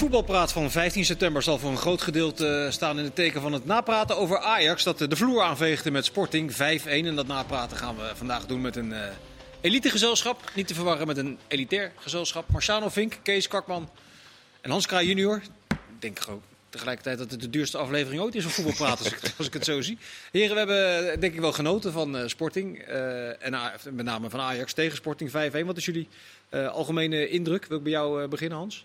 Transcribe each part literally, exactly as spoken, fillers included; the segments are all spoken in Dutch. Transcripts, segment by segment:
voetbalpraat van vijftien september zal voor een groot gedeelte staan in het teken van het napraten over Ajax. Dat de vloer aanveegde met Sporting vijf-een. En dat napraten gaan we vandaag doen met een uh, elitegezelschap. Niet te verwarren met een elitair gezelschap. Marciano Vink, Kees Kwakman en Hans Kraai junior. Ik denk ook tegelijkertijd dat het de duurste aflevering ooit is van voetbalpraten, als, ik, als ik het zo zie. Heren, we hebben denk ik wel genoten van uh, Sporting. Uh, en uh, met name van Ajax tegen Sporting vijf-een. Wat is jullie uh, algemene indruk? Wil ik bij jou uh, beginnen, Hans?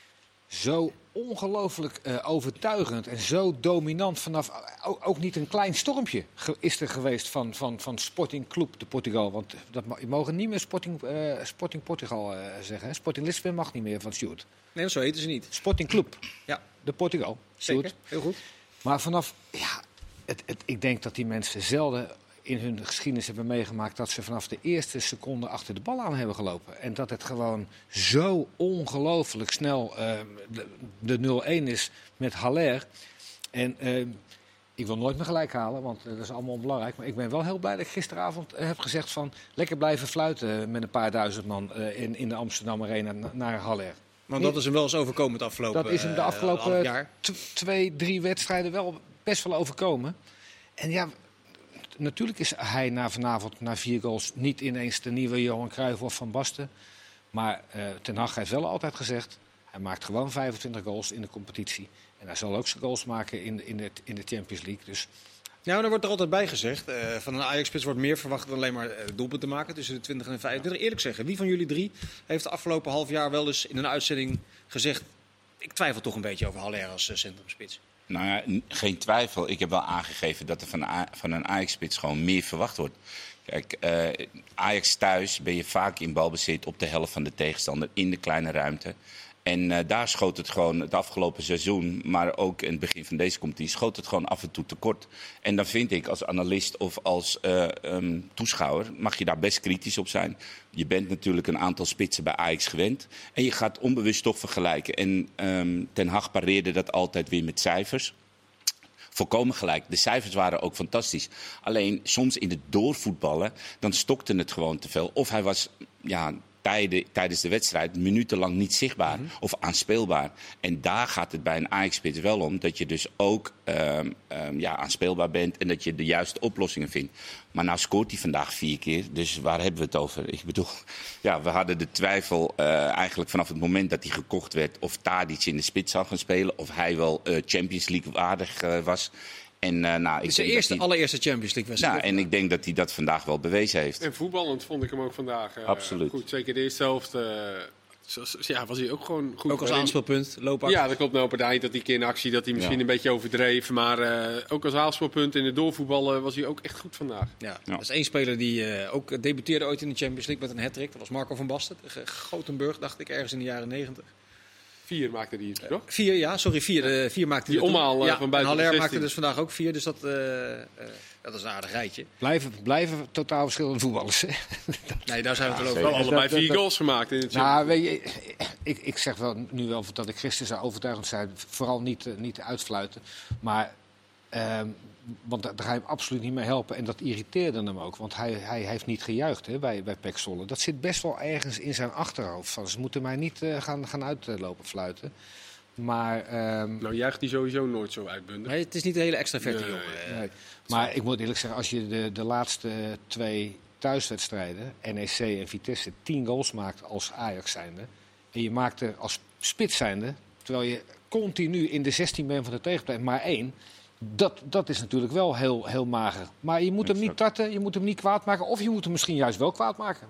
Zo ongelooflijk uh, overtuigend en zo dominant vanaf... Ook, ook niet een klein stormpje ge- is er geweest van, van, van Sporting Club de Portugal. Want dat ma- je mogen niet meer Sporting, uh, Sporting Portugal uh, zeggen. Hè? Sporting Lisbon mag niet meer van Sjoerd. Nee, zo heten ze niet. Sporting Club Ja, de Portugal. Sjoerd. zeker. Heel goed. Maar vanaf... Ja, het, het, ik denk dat die mensen zelden in hun geschiedenis hebben meegemaakt dat ze vanaf de eerste seconde achter de bal aan hebben gelopen. En dat het gewoon zo ongelooflijk snel uh, de, de nul-een is met Haller. En uh, ik wil nooit meer gelijk halen, want dat is allemaal onbelangrijk. Maar ik ben wel heel blij dat ik gisteravond uh, heb gezegd van lekker blijven fluiten met een paar duizend man uh, in, in de Amsterdam Arena na, naar Haller. Want dat is hem wel eens overkomen het afgelopen Dat is hem de uh, afgelopen jaar. t- twee, drie wedstrijden wel best wel overkomen. En ja... Natuurlijk is hij na vanavond, na vier goals, niet ineens de nieuwe Johan Cruijff of Van Basten. Maar uh, Ten Hag heeft wel altijd gezegd, hij maakt gewoon vijfentwintig goals in de competitie. En hij zal ook zijn goals maken in, in, de, in de Champions League. Dus... Nou, daar wordt er altijd bij gezegd. Uh, van een Ajax-spits wordt meer verwacht dan alleen maar uh, doelpunten te maken tussen de twintig en vijfentwintig. Eerlijk zeggen, wie van jullie drie heeft de afgelopen half jaar wel eens in een uitzending gezegd... Ik twijfel toch een beetje over Haller als uh, centrumspits. Nou ja, n- geen twijfel. Ik heb wel aangegeven dat er van, A- van een Ajax-spits gewoon meer verwacht wordt. Kijk, uh, Ajax thuis ben je vaak in balbezit op de helft van de tegenstander in de kleine ruimte. En uh, daar schoot het gewoon het afgelopen seizoen, maar ook in het begin van deze competitie, schoot het gewoon af en toe tekort. En dan vind ik als analist of als uh, um, toeschouwer, mag je daar best kritisch op zijn. Je bent natuurlijk een aantal spitsen bij Ajax gewend. En je gaat onbewust toch vergelijken. En um, Ten Hag pareerde dat altijd weer met cijfers. Volkomen gelijk. De cijfers waren ook fantastisch. Alleen soms in het doorvoetballen, dan stokte het gewoon te veel. Of hij was... ja. Tijden, tijdens de wedstrijd minutenlang niet zichtbaar mm-hmm. of aanspeelbaar. En daar gaat het bij een Ajax-spits wel om. Dat je dus ook um, um, ja, aanspeelbaar bent en dat je de juiste oplossingen vindt. Maar nou scoort hij vandaag vier keer. Dus waar hebben we het over? Ik bedoel, ja, we hadden de twijfel uh, eigenlijk vanaf het moment dat hij gekocht werd... of Tadic in de spits zou gaan spelen. Of hij wel uh, Champions League waardig uh, was... En, uh, nou, Het ik is de denk eerste, dat hij... allereerste Champions League wedstrijd. Ja, en ik denk dat hij dat vandaag wel bewezen heeft. En voetballend vond ik hem ook vandaag uh, Absoluut. goed. Zeker de eerste helft uh, zoals, ja, was hij ook gewoon goed. Ook als Waarin- aanspeelpunt, loopactie. Ja, dat klopt. Nou, op het eind dat hij een keer in actie dat hij misschien Ja. een beetje overdreef. Maar uh, ook als aanspeelpunt in de doorvoetballen was hij ook echt goed vandaag. Ja, Ja. dat is één speler die uh, ook debuteerde ooit in de Champions League met een hat-trick. Dat was Marco van Basten. Tegen Gothenburg, dacht ik, ergens in de jaren negentig. Vier maakte hij het, toch? Vier, ja, sorry, vier. De, vier maakte Die hij er toen. omhaal, uh, ja, van en buiten de Haller zestien. maakte dus vandaag ook vier, dus dat, uh, uh, dat is een aardig rijtje. Blijven, blijven totaal verschillende voetballers. Hè? Nee, daar zijn we het wel Wel over. allebei dat- vier dat- goals gemaakt in het Nou, weet je, ik, ik zeg wel nu wel dat ik gisteren zou overtuigend zijn. Vooral niet, uh, niet uitfluiten. Maar, um, want daar ga je hem absoluut niet mee helpen. En dat irriteerde hem ook. Want hij, hij heeft niet gejuicht hè, bij, bij P E C Zwolle. Dat zit best wel ergens in zijn achterhoofd. Van, ze moeten mij niet uh, gaan, gaan uitlopen fluiten. Maar, um, Nou juicht hij sowieso nooit zo uitbundig. Nee, het is niet een hele extraverte Nee. jongen. Uh, nee. maar ik moet eerlijk zeggen, als je de, de laatste twee thuiswedstrijden, N E C en Vitesse, tien goals maakt als Ajax zijnde. En je maakt er als spits zijnde, terwijl je continu in de zestien bent van de tegenpartij, maar één. Dat, dat is natuurlijk wel heel, heel mager. Maar je moet hem niet tarten, je moet hem niet kwaad maken. Of je moet hem misschien juist wel kwaad maken.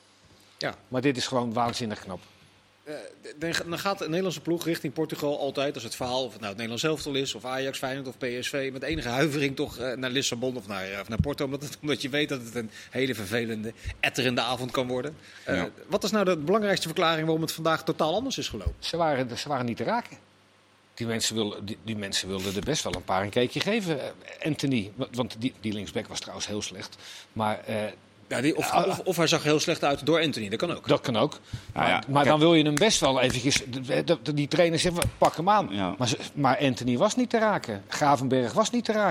Ja. Maar dit is gewoon waanzinnig knap. Uh, dan gaat de Nederlandse ploeg richting Portugal altijd, als het verhaal of het nou het Nederlands elftal is, of Ajax, Feyenoord of P S V, met enige huivering toch uh, naar Lissabon of naar, uh, of naar Porto, omdat, het, omdat je weet dat het een hele vervelende, etterende avond kan worden. Uh, Ja. Wat is nou de belangrijkste verklaring waarom het vandaag totaal anders is gelopen? Ze waren, ze waren niet te raken. Die mensen, wilden, die, die mensen wilden er best wel een paar een keekje geven, uh, Anthony. Want die, die linksback was trouwens heel slecht. Maar... Uh, Ja, die, of, of, of hij zag heel slecht uit door Anthony, dat kan ook. Dat kan ook. Maar, ja, maar kijk. dan wil je hem best wel eventjes... de- de- Die trainer zegt, pak hem aan. Ja. Maar, ze- maar Anthony was niet te raken. Gravenberg was niet te raken.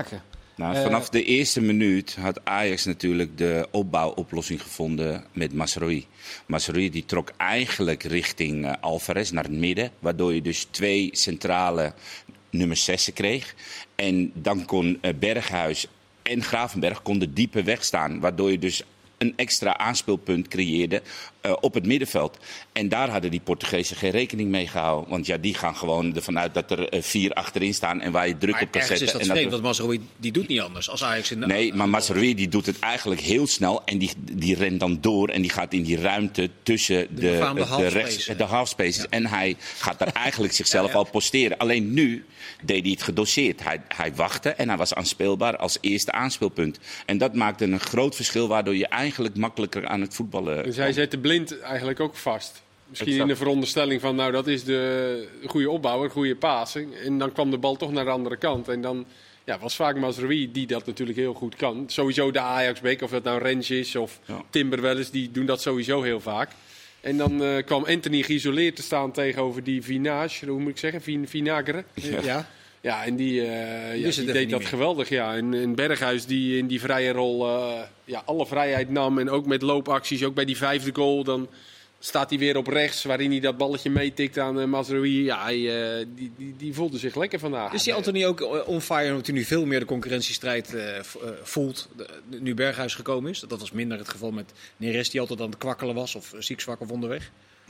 Nou, Uh, vanaf de eerste minuut had Ajax natuurlijk de opbouwoplossing gevonden met Mazraoui. Mazraoui die trok eigenlijk richting uh, Alvarez naar het midden, waardoor je dus twee centrale nummer zessen kreeg. En dan kon uh, Berghuis en Gravenberg konden dieper wegstaan, waardoor je dus een extra aanspeelpunt creëerde uh, op het middenveld. En daar hadden die Portugezen geen rekening mee gehouden. Want ja, die gaan gewoon ervan uit dat er uh, vier achterin staan en waar je druk Maar op kan ergens zetten. is dat en vreemd, want Mazraoui die doet niet anders als Ajax in de... Nee, maar Mazraoui die doet het eigenlijk heel snel en die, die rent dan door en die gaat in die ruimte tussen de, befaamde de, half rechts, space, de half spaces. Ja. En hij gaat daar eigenlijk zichzelf Ja, ja. al posteren. Alleen nu deed hij het gedoseerd. Hij, hij wachtte en hij was aanspeelbaar als eerste aanspeelpunt. En dat maakte een groot verschil, waardoor je eigenlijk makkelijker aan het voetballen Dus hij zette Blind eigenlijk ook vast. Misschien Exact. in de veronderstelling van, nou dat is de goede opbouwer, goede passing. En dan kwam de bal toch naar de andere kant. En dan ja, was vaak Mazraoui die dat natuurlijk heel goed kan. Sowieso de Ajax-beek, of dat nou Rens is of Ja. Timber wel eens, die doen dat sowieso heel vaak. En dan uh, kwam Anthony geïsoleerd te staan tegenover die Vinage, hoe moet ik zeggen, Vin Vinagre. Ja. Ja. Ja, en die, uh, ja, wist die het even deed niet dat meer. geweldig. Ja. En, en Berghuis die in die vrije rol uh, ja, alle vrijheid nam. En ook met loopacties, ook bij die vijfde goal. Dan staat hij weer op rechts, waarin hij dat balletje meetikt aan uh, Mazraoui. Ja, hij, uh, die, die, die voelde zich lekker vandaag. Is die Anthony ook uh, on fire omdat hij nu veel meer de concurrentiestrijd uh, v- uh, voelt, de- de- nu Berghuis gekomen is? Dat was minder het geval met Neres die altijd aan het kwakkelen was of uh, ziek zwak of onderweg.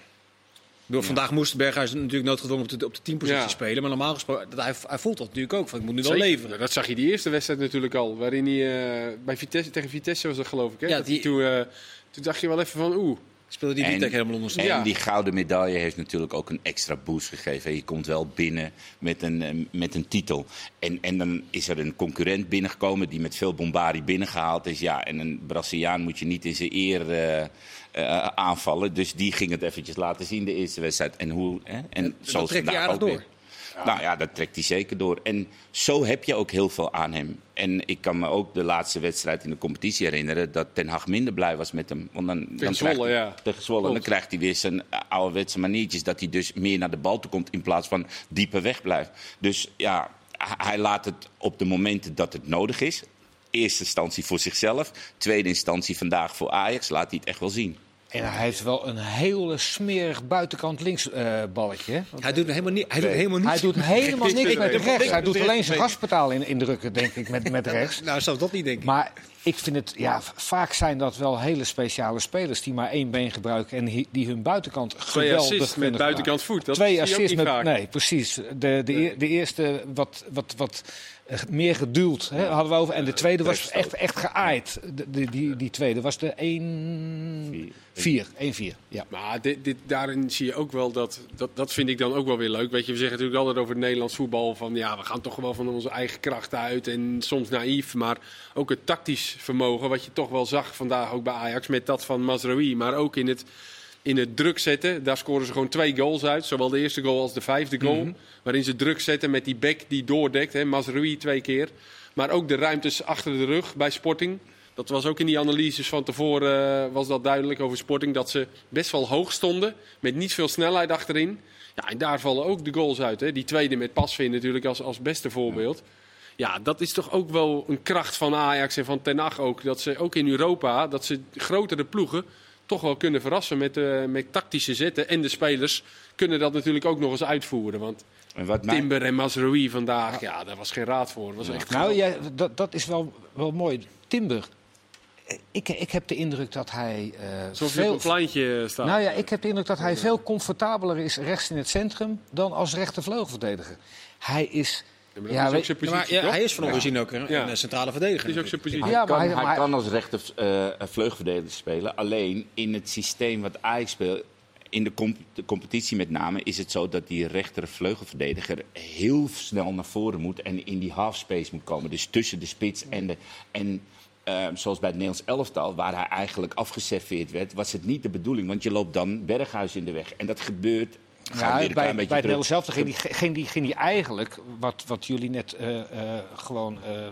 Door, vandaag moest Berghuis natuurlijk noodgedwongen op de, op de teampositie Ja. spelen. Maar normaal gesproken, dat hij, hij voelt dat natuurlijk ook. Van, ik moet nu wel Zeker. leveren. Dat zag je die eerste wedstrijd natuurlijk al. Waarin hij uh, bij Vitesse, tegen Vitesse was dat geloof ik. Hè? Ja, Dat die- hij toen, uh, toen dacht je wel even van oeh. Speelde die En- niet helemaal onder En Ja. die gouden medaille heeft natuurlijk ook een extra boost gegeven. Je komt wel binnen met een, eh, met een titel. En, en dan is er een concurrent binnengekomen die met veel bombardie binnengehaald is. Ja, en een Braziliaan moet je niet in zijn eer uh, uh, aanvallen. Dus die ging het eventjes laten zien de eerste wedstrijd. En hoe, hè? En dat zo is trekt hij vandaag aardig ook door. weer. Nou ja, dat trekt hij zeker door. En zo heb je ook heel veel aan hem. En ik kan me ook de laatste wedstrijd in de competitie herinneren dat Ten Hag minder blij was met hem. Want dan, dan Tegen krijgt Zwolle, hij- ja. Tegen Zwolle. Dan Klopt. krijgt hij weer zijn ouderwetse maniertjes. Dat hij dus meer naar de bal toe komt in plaats van dieper weg blijft. Dus ja, h- hij laat het op de momenten dat het nodig is. Eerste instantie voor zichzelf. Tweede instantie vandaag voor Ajax. Laat hij het echt wel zien. En hij heeft wel een hele smerig buitenkant links eh, balletje. Hè? Want Hij doet helemaal, niet, hij doet Nee. helemaal niets. hij doet helemaal niks met Nee. rechts. Hij doet Nee. alleen zijn Nee. gaspedaal in, indrukken, denk ik, met, met rechts. Nou, zou dat niet denken. Maar ik vind het, ja, v- vaak zijn dat wel hele speciale spelers die maar één been gebruiken en hi- die hun buitenkant Twee geweldig assists met kunnen buitenkant voet. Dat Twee zie je ook assists niet met. vaak. Nee, precies. De, de, eer- de eerste wat, wat, wat eh, meer geduwd hè, hadden we over. En de tweede was echt, echt geaaid. De, de- die, die tweede was de één vier. één vier. Ja. Maar dit, dit, daarin zie je ook wel dat, dat... Dat vind ik dan ook wel weer leuk. Weet je, we zeggen natuurlijk altijd over het Nederlands voetbal... van ja, we gaan toch wel van onze eigen kracht uit... en soms naïef, maar ook het tactisch vermogen... wat je toch wel zag vandaag ook bij Ajax... met dat van Mazraoui, maar ook in het, in het druk zetten. Daar scoren ze gewoon twee goals uit. Zowel de eerste goal als de vijfde goal. Mhm. Waarin ze druk zetten met die bek die doordekt. Hè, Mazraoui twee keer. Maar ook de ruimtes achter de rug bij Sporting... Dat was ook in die analyses van tevoren uh, was dat duidelijk over Sporting. Dat ze best wel hoog stonden. Met niet veel snelheid achterin. Ja, en daar vallen ook de goals uit. Hè. Die tweede met Pasveer natuurlijk als, als beste voorbeeld. Ja, dat is toch ook wel een kracht van Ajax en van Ten Hag ook. Dat ze ook in Europa, dat ze grotere ploegen toch wel kunnen verrassen met, uh, met tactische zetten. En de spelers kunnen dat natuurlijk ook nog eens uitvoeren. Want En wat mij... Timber en Mazraoui vandaag, ja, daar was geen raad voor. Dat was echt Nou, ja, dat, dat is wel, wel mooi. Timber. Ik, ik heb de indruk dat hij uh, alsof je op veel... een pleintje staat. Nou ja, ik heb de indruk dat hij veel comfortabeler is rechts in het centrum dan als rechtervleugelverdediger. Hij is... Ja, maar dat Ja, is ook weet- zijn Ja, maar, positie, ja, toch? hij is van origine ook een, Ja. een centrale verdediger. Dat is ook zijn positie. Ja, Hij, maar kan, hij- hij maar- kan als rechter uh, vleugelverdediger spelen. Alleen in het systeem wat Ajax speelt, in de, comp de competitie met name, is het zo dat die rechter vleugelverdediger heel snel naar voren moet en in die half space moet komen. Dus tussen de spits en de... En, uh, zoals bij het Nederlands elftal, waar hij eigenlijk afgeserveerd werd, was het niet de bedoeling. Want je loopt dan Berghuis in de weg. En dat gebeurt... Gaan we Ja, weer bij een bij klein het beetje terug. Nederlands zelf ging die, ging, die, ging die eigenlijk, wat, wat jullie net uh, uh, gewoon uh, een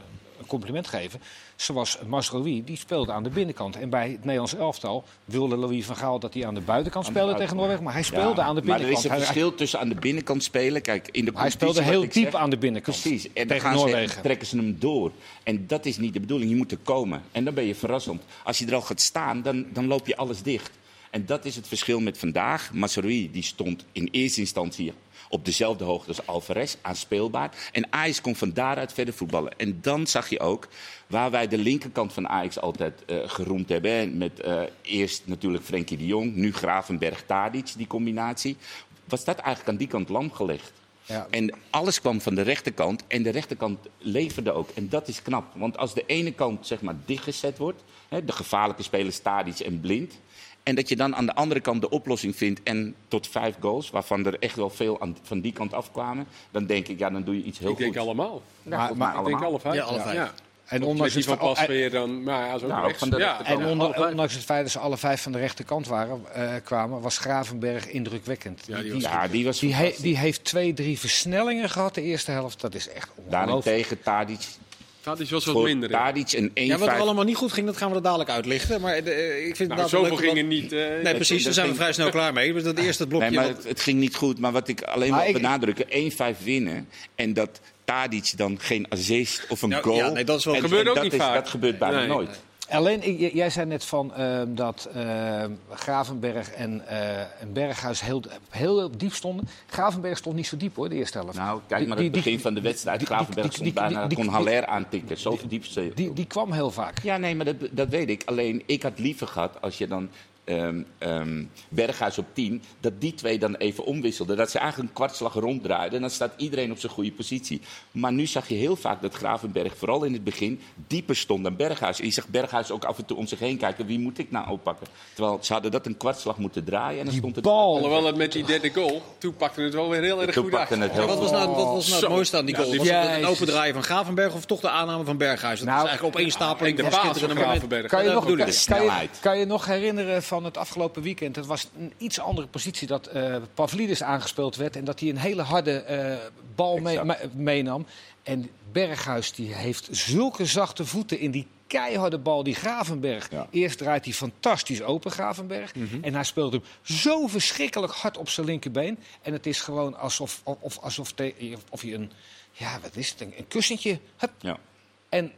compliment geven. Zoals Mazraoui, die speelde aan de binnenkant. En bij het Nederlands elftal wilde Louis van Gaal dat hij aan de buitenkant speelde tegen Noorwegen. Maar hij speelde ja, aan de binnenkant. Maar er is een hij, verschil tussen aan de binnenkant spelen. Kijk, in de hij speelde heel diep zeg, aan de binnenkant. Precies. En dan tegen gaan Noorwegen. Ze, trekken ze hem door. En dat is niet de bedoeling. Je moet er komen. En dan ben je verrassend. Als je er al gaat staan, dan, dan loop je alles dicht. En dat is het verschil met vandaag. Mazraoui die stond in eerste instantie op dezelfde hoogte als Alvarez, aanspeelbaar. En Ajax kon van daaruit verder voetballen. En dan zag je ook waar wij de linkerkant van Ajax altijd uh, geroemd hebben. Hè, met uh, eerst natuurlijk Frenkie de Jong, nu Gravenberch, Tadic, die combinatie. Was dat eigenlijk aan die kant lam gelegd? Ja. En alles kwam van de rechterkant en de rechterkant leverde ook. En dat is knap. Want als de ene kant zeg maar dichtgezet wordt, hè, de gevaarlijke spelers Tadic en Blind, en dat je dan aan de andere kant de oplossing vindt en tot vijf goals, waarvan er echt wel veel aan, van die kant afkwamen, dan denk ik, ja, dan doe je iets heel ik goed. Ik denk allemaal. Ja, maar, maar ik denk alle vijf. Ja, alle vijf. Ja. En ondanks die van pas weer dan, maar ja, zo nou, rechts. van de ja, en onder, ja, ondanks het feit dat ze alle vijf van de rechterkant waren, uh, kwamen, was Gravenberch indrukwekkend. Ja, die die, was, ja, die, was die, he, die heeft twee, drie versnellingen gehad de eerste helft. Dat is echt ongelooflijk. Daarentegen Tadic. Tadic was wat minder. Tadic een één Ja, wat er vijf... allemaal niet goed ging, dat gaan we er dadelijk uitlichten. Maar uh, ik vind nou, het zoveel leuk ging er dat... niet. Uh, nee, precies, daar zijn we ging... vrij snel klaar mee. Dat eerste blokje. Nee, maar wat... het, het ging niet goed. Maar wat ik alleen wil benadrukken, één vijf winnen en dat Tadic dan geen assist of een nou, goal. Ja, nee, dat is wel... En, gebeurt en ook dat niet is, vaak. Dat gebeurt bijna nee. nooit. Alleen, j- jij zei net van uh, dat uh, Gravenberch en, uh, en Berghuis heel, heel diep stonden. Gravenberch stond niet zo diep hoor, de eerste helft. Nou, kijk maar het begin van de wedstrijd. Gravenberch stond bijna, kon Haller aantikken. Zo diep. Die, die, die kwam heel vaak. Ja, nee, maar dat, dat weet ik. Alleen, ik had liever gehad als je dan um, um, Berghuis op tien, dat die twee dan even omwisselden. Dat ze eigenlijk een kwartslag ronddraaiden. En dan staat iedereen op zijn goede positie. Maar nu zag je heel vaak dat Gravenberch, vooral in het begin, dieper stond dan Berghuis. En je zag Berghuis ook af en toe om zich heen kijken. Wie moet ik nou oppakken? Terwijl ze hadden dat een kwartslag moeten draaien. En dan stond het... bal. Alhoewel het met die derde goal, toen pakte het wel weer heel erg Toen goed pakte uit. het heel Wat was nou, wat was nou het Zo. mooiste aan die goal? Ja, Was die- het een Jezus. open draaien van Gravenberch of toch de aanname van Berghuis? Dat Nou, was eigenlijk opeenstapeling En de van paas van schitterende momenten. Gravenberg. Kan je, Ja, nog, dat bedoel kan, ik. De kan, je, snelheid. kan je nog herinneren van het afgelopen weekend? Het was een iets andere positie dat uh, Pavlidis aangespeeld werd en dat hij een hele harde uh, bal mee, me, meenam. En Berghuis die heeft zulke zachte voeten in die keiharde bal, die Gravenberch. Ja. Eerst draait hij fantastisch open, Gravenberch. Mm-hmm. En hij speelt hem zo verschrikkelijk hard op zijn linkerbeen. En het is gewoon alsof, of, alsof te, of je een, ja, wat is het, een, een kussentje hebt. Ja. En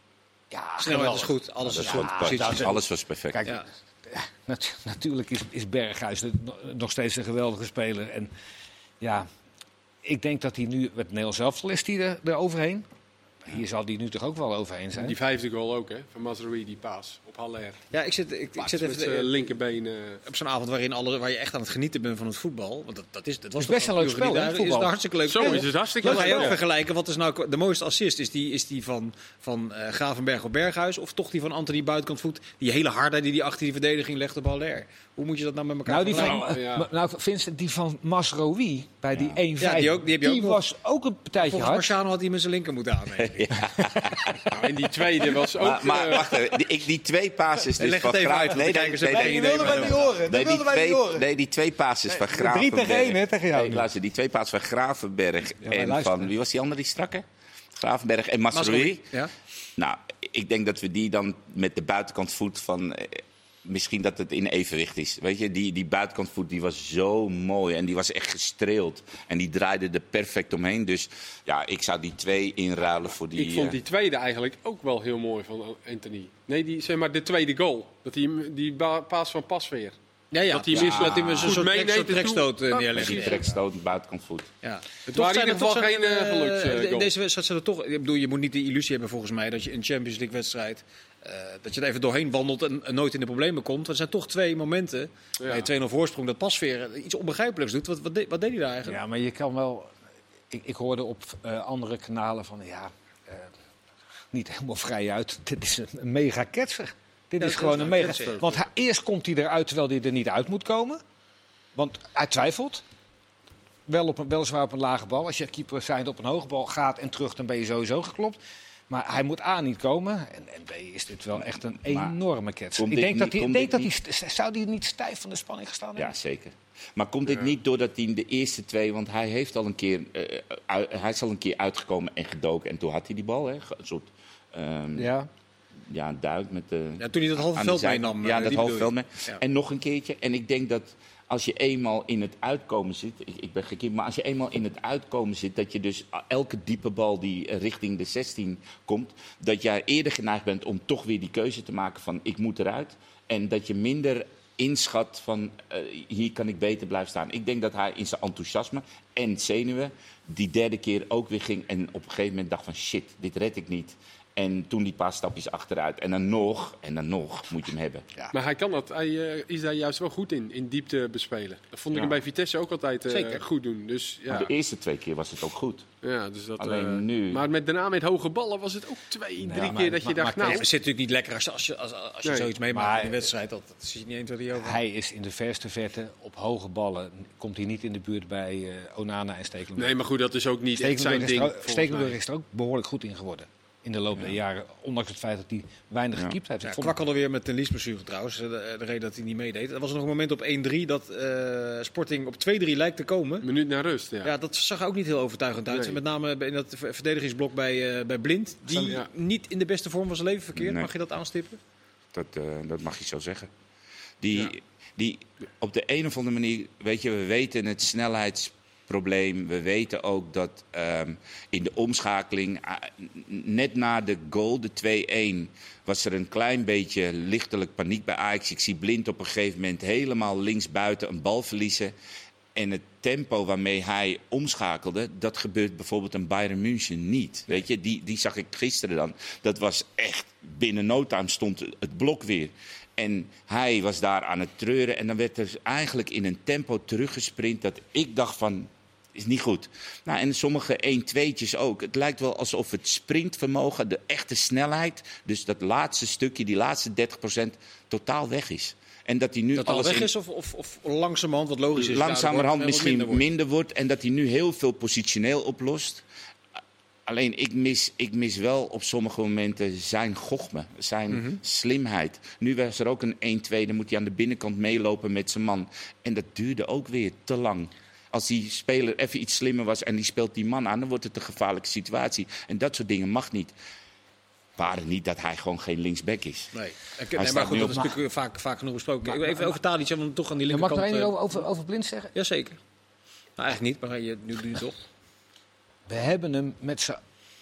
ja, snelheid is goed, alles ja, is goed. Ja, precies. ja, alles was perfect. Kijk, ja. nat- natuurlijk is, is Berghuis de, nog steeds een geweldige speler. En ja, ik denk dat hij nu, het Nederlands elftal is hij er, er overheen. Hier zal hij nu toch ook wel overheen zijn. Die vijfde goal ook, hè? Van Mazraoui, die paas op Haller. Ja, ik zit, ik, ik zit met even zijn linkerbeen. Uh... op zo'n avond waarin alle, waar je echt aan het genieten bent van het voetbal. Want dat, dat is, dat was is best een leuk spel, hè, is voetbal. een hartstikke leuk Zo spel. is het hartstikke Dan leuk. ga je ook Ja. vergelijken, wat is nou de mooiste assist? Is die, is die van, van uh, Gravenberch op Berghuis of toch die van Anthony buitenkant voet? Die hele harde die die achter die verdediging legt op Haller. Hoe moet je dat nou met elkaar Nou, die van, vergelijken? Nou, ja. uh, nou, Vincent, die van Mazraoui bij die één vijf, Ja, die ook- die heb je ook nog. was ook een partijtje Volgens hard. Marciano had hij met zijn linker moeten aannemen. Nou, en die tweede was ook... Maar, maar uh, wacht even, die, ik, die twee passes dus Leg van het even Graaf- uit, want nee, de nee, kijkers nee, hebben nee, geen idee nee, wat nee, we horen. Dat nee, die wilden wij niet twee- horen. Nee, die twee passes van drie Gravenberg. tegen één, hè, tegen jou Nee, nu. luister, die twee passes van Gravenberg maar en luister. van, wie was die andere die strakke? Gravenberg en Mazraoui. Ja? Nou, ik denk dat we die dan met de buitenkant voet van... eh, misschien dat het in evenwicht is. Weet je, die, die buitenkant voet die was zo mooi en die was echt gestreeld. En die draaide er perfect omheen. Dus ja, ik zou die twee inruilen voor die... ik vond eh, die tweede eigenlijk ook wel heel mooi van Anthony. Nee, die, zeg maar de tweede goal. Dat die, die ba- paas van Pasveer. Ja, ja. Dat hij ja, hem dat hij met zo'n goed soort meeneemt trek- en toe- trekstoot uh, Ja, neerlegt. die precies. trekstoot, buitenkant voet. Ja. Het waren in ieder geval geen uh, geluks. Uh, de- goal. deze wedstrijd zijn er toch. Ik bedoel, je moet niet de illusie hebben volgens mij dat je een Champions League wedstrijd uh, dat je er even doorheen wandelt en, en nooit in de problemen komt. Er zijn toch twee momenten Ja. bij twee nul voorsprong dat Pasveer iets onbegrijpelijks doet. Wat, wat, de, wat deed hij daar eigenlijk? Ja, maar je kan wel... Ik, ik hoorde op uh, andere kanalen van, ja, uh, niet helemaal vrij uit. Dit is een, een mega ketser. Dit Ja, is dat gewoon is een een mega... ketser. Want hij, eerst komt hij eruit terwijl hij er niet uit moet komen. Want hij twijfelt. Wel op een, weliswaar op een lage bal. Als je keeper zijnde op een hoge bal gaat en terug, dan ben je sowieso geklopt. Maar hij moet A niet komen. En, en B is dit wel echt een enorme ketser. komt Ik dit denk dat niet- hij, komt denk dat dit hij... st- Zou hij niet stijf van de spanning gestaan hebben? Ja, zeker. Maar komt dit niet doordat hij in de eerste twee... Want hij, heeft al een keer, uh, uit- hij is al een keer uitgekomen en gedoken. En toen had hij die bal. Hè, een soort Um, Ja. Ja, Duik met de... Ja, toen hij dat halve aan de veld zijkant. meenam. Ja, eh, dat die halve bedoel veld je. mee. Ja. En nog een keertje. En ik denk dat als je eenmaal in het uitkomen zit... Ik, ik ben gekend, maar als je eenmaal in het uitkomen zit... dat je dus elke diepe bal die richting de zestien komt... dat jij eerder geneigd bent om toch weer die keuze te maken van... ik moet eruit. En dat je minder inschat van uh, hier kan ik beter blijven staan. Ik denk dat hij in zijn enthousiasme en zenuwen... die derde keer ook weer ging en op een gegeven moment dacht van... shit, dit red ik niet. En toen die paar stapjes achteruit. En dan nog, en dan nog, moet je hem hebben. Ja. Maar hij kan dat. Hij uh, is daar juist wel goed in, in diepte bespelen. Dat vond ik Ja. hem bij Vitesse ook altijd uh, Zeker. goed doen. Dus, ja. Maar de eerste twee keer was het ook goed. Ja, dus dat, Alleen uh, nu- Maar met, daarna met hoge ballen was het ook twee, Ja, drie maar- keer dat je maar- dacht, maar nou... Het zit natuurlijk niet lekker als, als je, als, als je Nee. zoiets meemaakt Maar- in een wedstrijd. Dat, dat zie je niet eens wat hij over. Hij is in de verste verte op hoge ballen. Komt hij niet in de buurt bij uh, Onana en Stekelenburg. Nee, maar goed, dat is ook niet echt zijn Stekelenburg, ding. is er, ook- volgens Stekelenburg mij. is er ook behoorlijk goed in geworden. In de loop der jaren. Ondanks het feit dat hij weinig Ja. gekiept heeft. Ja, Ik vond- kwakkelde weer met een liesblessure trouwens. De, de reden dat hij niet meedeed. Er was nog een moment op één drie dat uh, Sporting op twee drie lijkt te komen. Minuut naar rust, ja. Ja, dat zag er ook niet heel overtuigend uit. Nee. Met name in dat verdedigingsblok bij, uh, bij Blind. Die Ja. niet in de beste vorm van zijn leven verkeert. Nee. Mag je dat aanstippen? Dat, uh, dat mag je zo zeggen. Die, Ja. die, op de een of andere manier, weet je, we weten het snelheidsprobleem. We weten ook dat um, in de omschakeling, uh, net na de goal, de twee-een, was er een klein beetje lichtelijk paniek bij Ajax. Ik zie Blind op een gegeven moment helemaal linksbuiten een bal verliezen. En het tempo waarmee hij omschakelde, dat gebeurt bijvoorbeeld in Bayern München niet. Weet je, die, die zag ik gisteren dan. Dat was echt, binnen no time stond het blok weer. En hij was daar aan het treuren. En dan werd er eigenlijk in een tempo teruggesprint dat ik dacht van, is niet goed. Nou, en sommige één-tweetjes ook. Het lijkt wel alsof het sprintvermogen, de echte snelheid, dus dat laatste stukje, die laatste dertig procent, totaal weg is. En dat hij nu Dat al alles weg in- is of, of, of langzamerhand, wat logisch is. langzamerhand daardoor misschien wat minder minder wordt. wordt. En dat hij nu heel veel positioneel oplost. Alleen ik mis, ik mis wel op sommige momenten zijn gochme, zijn Mhm. slimheid. Nu was er ook een één-twee, dan moet hij aan de binnenkant meelopen met zijn man. En dat duurde ook weer te lang. Als die speler even iets slimmer was en die speelt die man aan, dan wordt het een gevaarlijke situatie. En dat soort dingen mag niet. Waren niet dat hij gewoon geen linksback is. Nee, Ik- Hij nee staat maar goed, nu dat op- is natuurlijk vaak, vaak genoeg besproken. Maar- Even maar- over Tadic, want we toch aan die Ja, mag ik linkerkant... er één eh, over, over, over Blind zeggen? Jazeker. Nou, eigenlijk niet, maar je, nu doe je het toch. We hebben hem met z'n